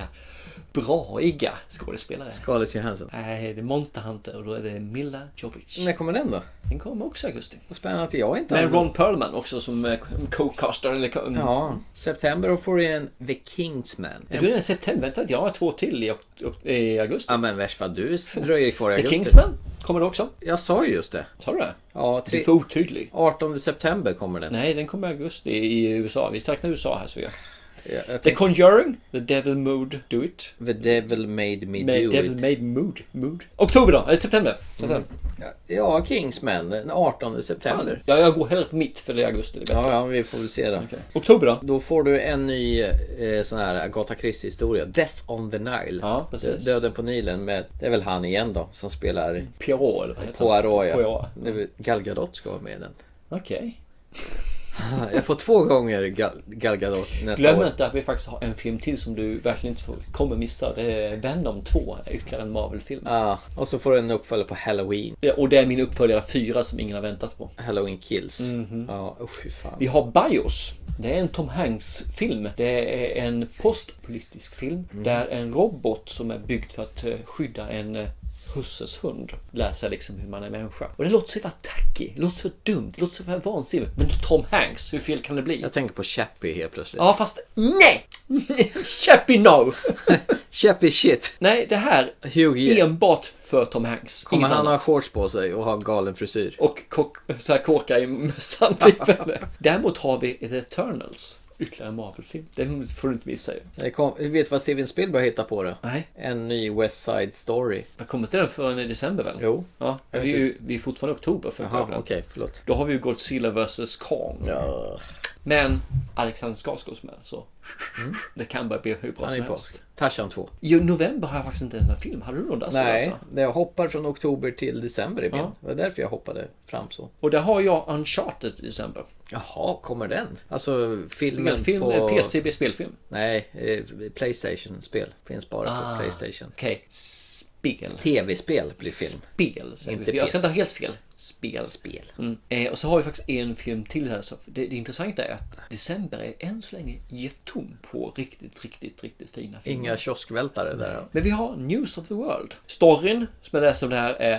braiga skådespelare. Scarlett Johansson. Nej, det är Monster Hunter och då är det Milla Jovovich. När kommer den då? Den kommer också i augusti. Vad spännande att jag inte med Ron Perlman också som co-caster. Ja, september och får in The Kingsman. Är du redan i september? Vänta, jag har 2 till i augusti. Ja, men värst vad du dröjer kvar i augusti. The Kingsman kommer det också. Jag sa ju just det. Sa du det? Ja, du är för otydlig. 18 september kommer den. Nej, den kommer i augusti i USA. Vi saknar USA här så vi The Conjuring, The Devil Made Do It. The Devil Made Me Do It. Devil Made Mood. Oktober då, eller september. Ja, Kingsman, den 18 september. Ja, jag går hellre på mitt för det är augusti. Det är ja, vi får väl se det. Okay. Oktober då? Då får du en ny sån här Agatha Christie-historia. Death on the Nile. Ja, precis. Döden på Nilen med, det är väl han igen då, som spelar Poirot eller vad heter Poirot, ja. Poirot. Det är Gal Gadot ska vara med i den. Okej. Jag får 2 gånger Gal Gadot nästa Glöm år. inte att vi faktiskt har en film till som du verkligen inte kommer missa. Det är Venom 2, ytterligare en Marvel-film. Ja, och så får du en uppföljare på Halloween. Ja, och det är min uppföljare 4 som ingen har väntat på. Halloween Kills. Ja, fan. Vi har Bios. Det är en Tom Hanks-film. Det är en postpolitisk film där en robot som är byggd för att skydda en husses hund lär sig liksom hur man är människa. Och det låter så tacky, det låter så dumt, det låter så vansinnigt. Men Tom Hanks, hur fel kan det bli? Jag tänker på Chappie helt plötsligt. Ja, fast nej! Chappie no! Chappie shit. Nej, det här enbart för Tom Hanks. Kommer han ha shorts på sig och ha galen frisyr? Och så här kåka i mössan typ. Däremot har vi The Eternals. Ytterligare en Marvel-film. Det får du inte missa ju. Vet vad Steven Spielberg hittar på det? Nej. En ny West Side Story. Jag kommer till den för i december väl? Jo. Ja, vi är fortfarande i oktober för okej, förlåt. Då har vi ju Godzilla vs. Kong. Ja. Men Alexander Skarsgård med så det kan bara bli hur bra som helst. Tarzan 2. I november har jag faktiskt inte den här film. Hade du någon där? Nej, jag hoppar från oktober till december i min. Det var därför jag hoppade fram så. Och där har jag Uncharted i december. Jaha, kommer den? Alltså filmen på... PC-spelfilm? Nej, PlayStation-spel. Finns bara på PlayStation. Okej, spel. TV-spel blir film. Spel, inte jag ska inte ha helt fel. Spel. Och så har vi faktiskt en film till här. Så det intressanta är att december är än så länge jättom på riktigt fina filmer. Inga kioskvältare där. Men vi har News of the World. Storyn som jag läser om det här är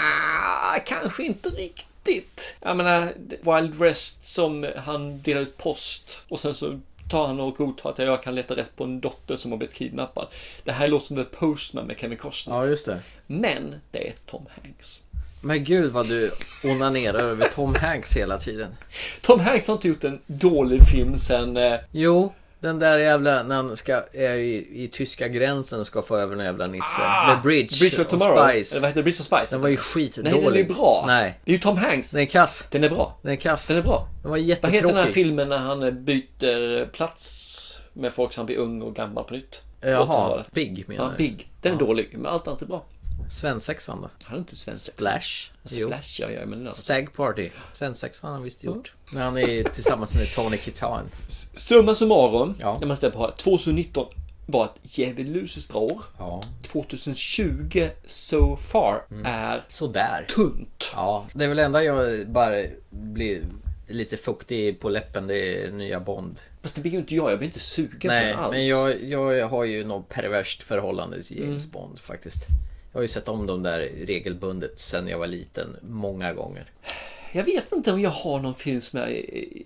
kanske inte riktigt. Jag menar, Wild West som han delar ut post och sen så tar han och godtar att jag kan leta rätt på en dotter som har blivit kidnappad. Det här låter som The Postman med Kevin Costner. Ja, just det. Men det är Tom Hanks. Men gud vad du onanerar över Tom Hanks hela tiden. Tom Hanks har inte gjort en dålig film sen... Jo, den där jävla när han är i tyska gränsen och ska få över en jävla nisse. Med Bridge of Tomorrow. Spice. Eller vad heter Bridge of Spice? Den var ju skitdålig. Nej, den är bra. Nej. Det är ju Tom Hanks. Den är kass. Den är bra. Den är kass. Den är bra. Den var jättetråkig. Vad heter den här filmen när han byter plats med folk som blir ung och gammal på nytt? Jaha, Big menar du? Ja, Big. Den är dålig, men allt annat är bra. Svensexan då? Han är inte svensexan. Splash. Splash, ja, men Stag Party. Svensexan har han visst gjort. Men han är tillsammans med Tony Kitan. Summa summarum, när man tittar på 2019 var ett djävulusiskt bra år. 2020 so far är sådär tunt. Ja, det är väl enda jag bara blir lite fuktig på läppen, det är nya Bond. Fast det blir ju inte jag blir inte sugen Nej, på det alls. men jag har ju något perverst förhållande till James Bond faktiskt. Jag har ju sett om dem där regelbundet sen jag var liten, många gånger. Jag vet inte om jag har någon film som är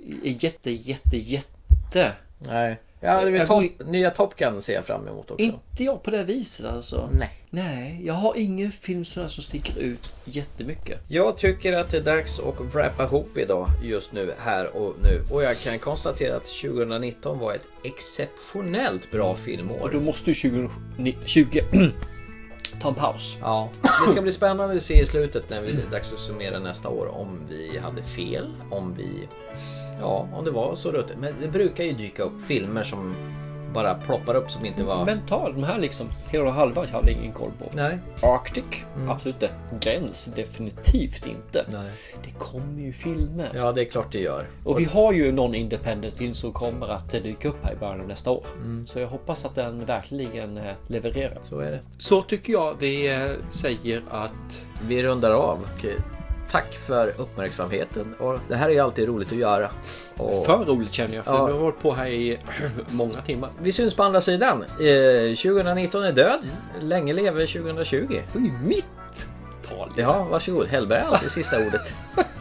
jätte. Nej. Ja, det är nya Top Gun ser jag fram emot också. Inte jag på det viset alltså. Nej, jag har ingen film som sticker ut jättemycket. Jag tycker att det är dags att wrappa ihop idag just nu, här och nu. Och jag kan konstatera att 2019 var ett exceptionellt bra filmår. Och då måste ju 2020 ta en paus. Ja, det ska bli spännande att se i slutet när det är dags att summera nästa år om vi hade fel, om det var så rött. Men det brukar ju dyka upp filmer som bara ploppar upp som inte var... Men ta de här liksom, hela och halva jag hade ingen koll på. Nej. Arctic, absolut inte. Gräns, definitivt inte. Nej. Det kommer ju filmer. Ja, det är klart det gör. Och vi har ju någon independent film som kommer att dyka upp här i början av nästa år. Så jag hoppas att den verkligen levererar. Så är det. Så tycker jag vi säger att vi rundar av. Tack för uppmärksamheten. Och det här är ju alltid roligt att göra. Och... För roligt känner jag, för vi har varit på här i många timmar. Vi syns på andra sidan. 2019 är död. Länge lever 2020. Det är mitt tal. Ja, varsågod. Hellberg har alltid sista ordet.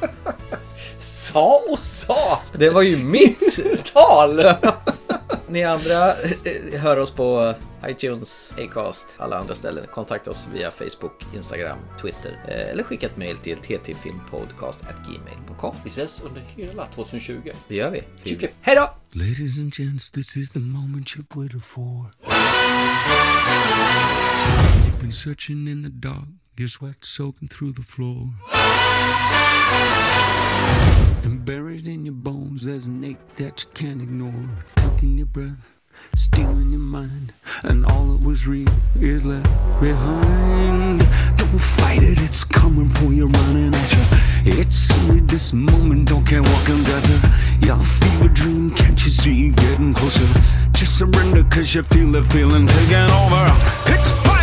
Sa och sa. Det var ju mitt tal. Ni andra hör oss på iTunes, Acast, alla andra ställen. Kontakta oss via Facebook, Instagram, Twitter eller skicka ett mejl till ttfilmpodcast@gmail.com. Vi ses under hela 2020. Det gör vi. Hej då! Ladies and gents, this is the moment you've waited for. You've been searching in the dark, your sweat soaking through the floor. And buried in your bones, there's an ache that you can't ignore. Taking your breath, stealing your mind, and all that was real is left behind. Don't fight it, it's coming for you, running at you. It's only this moment, don't care what can gather. You'll feel a dream, can't you see, getting closer. Just surrender, cause you feel the feeling taking over. It's fire!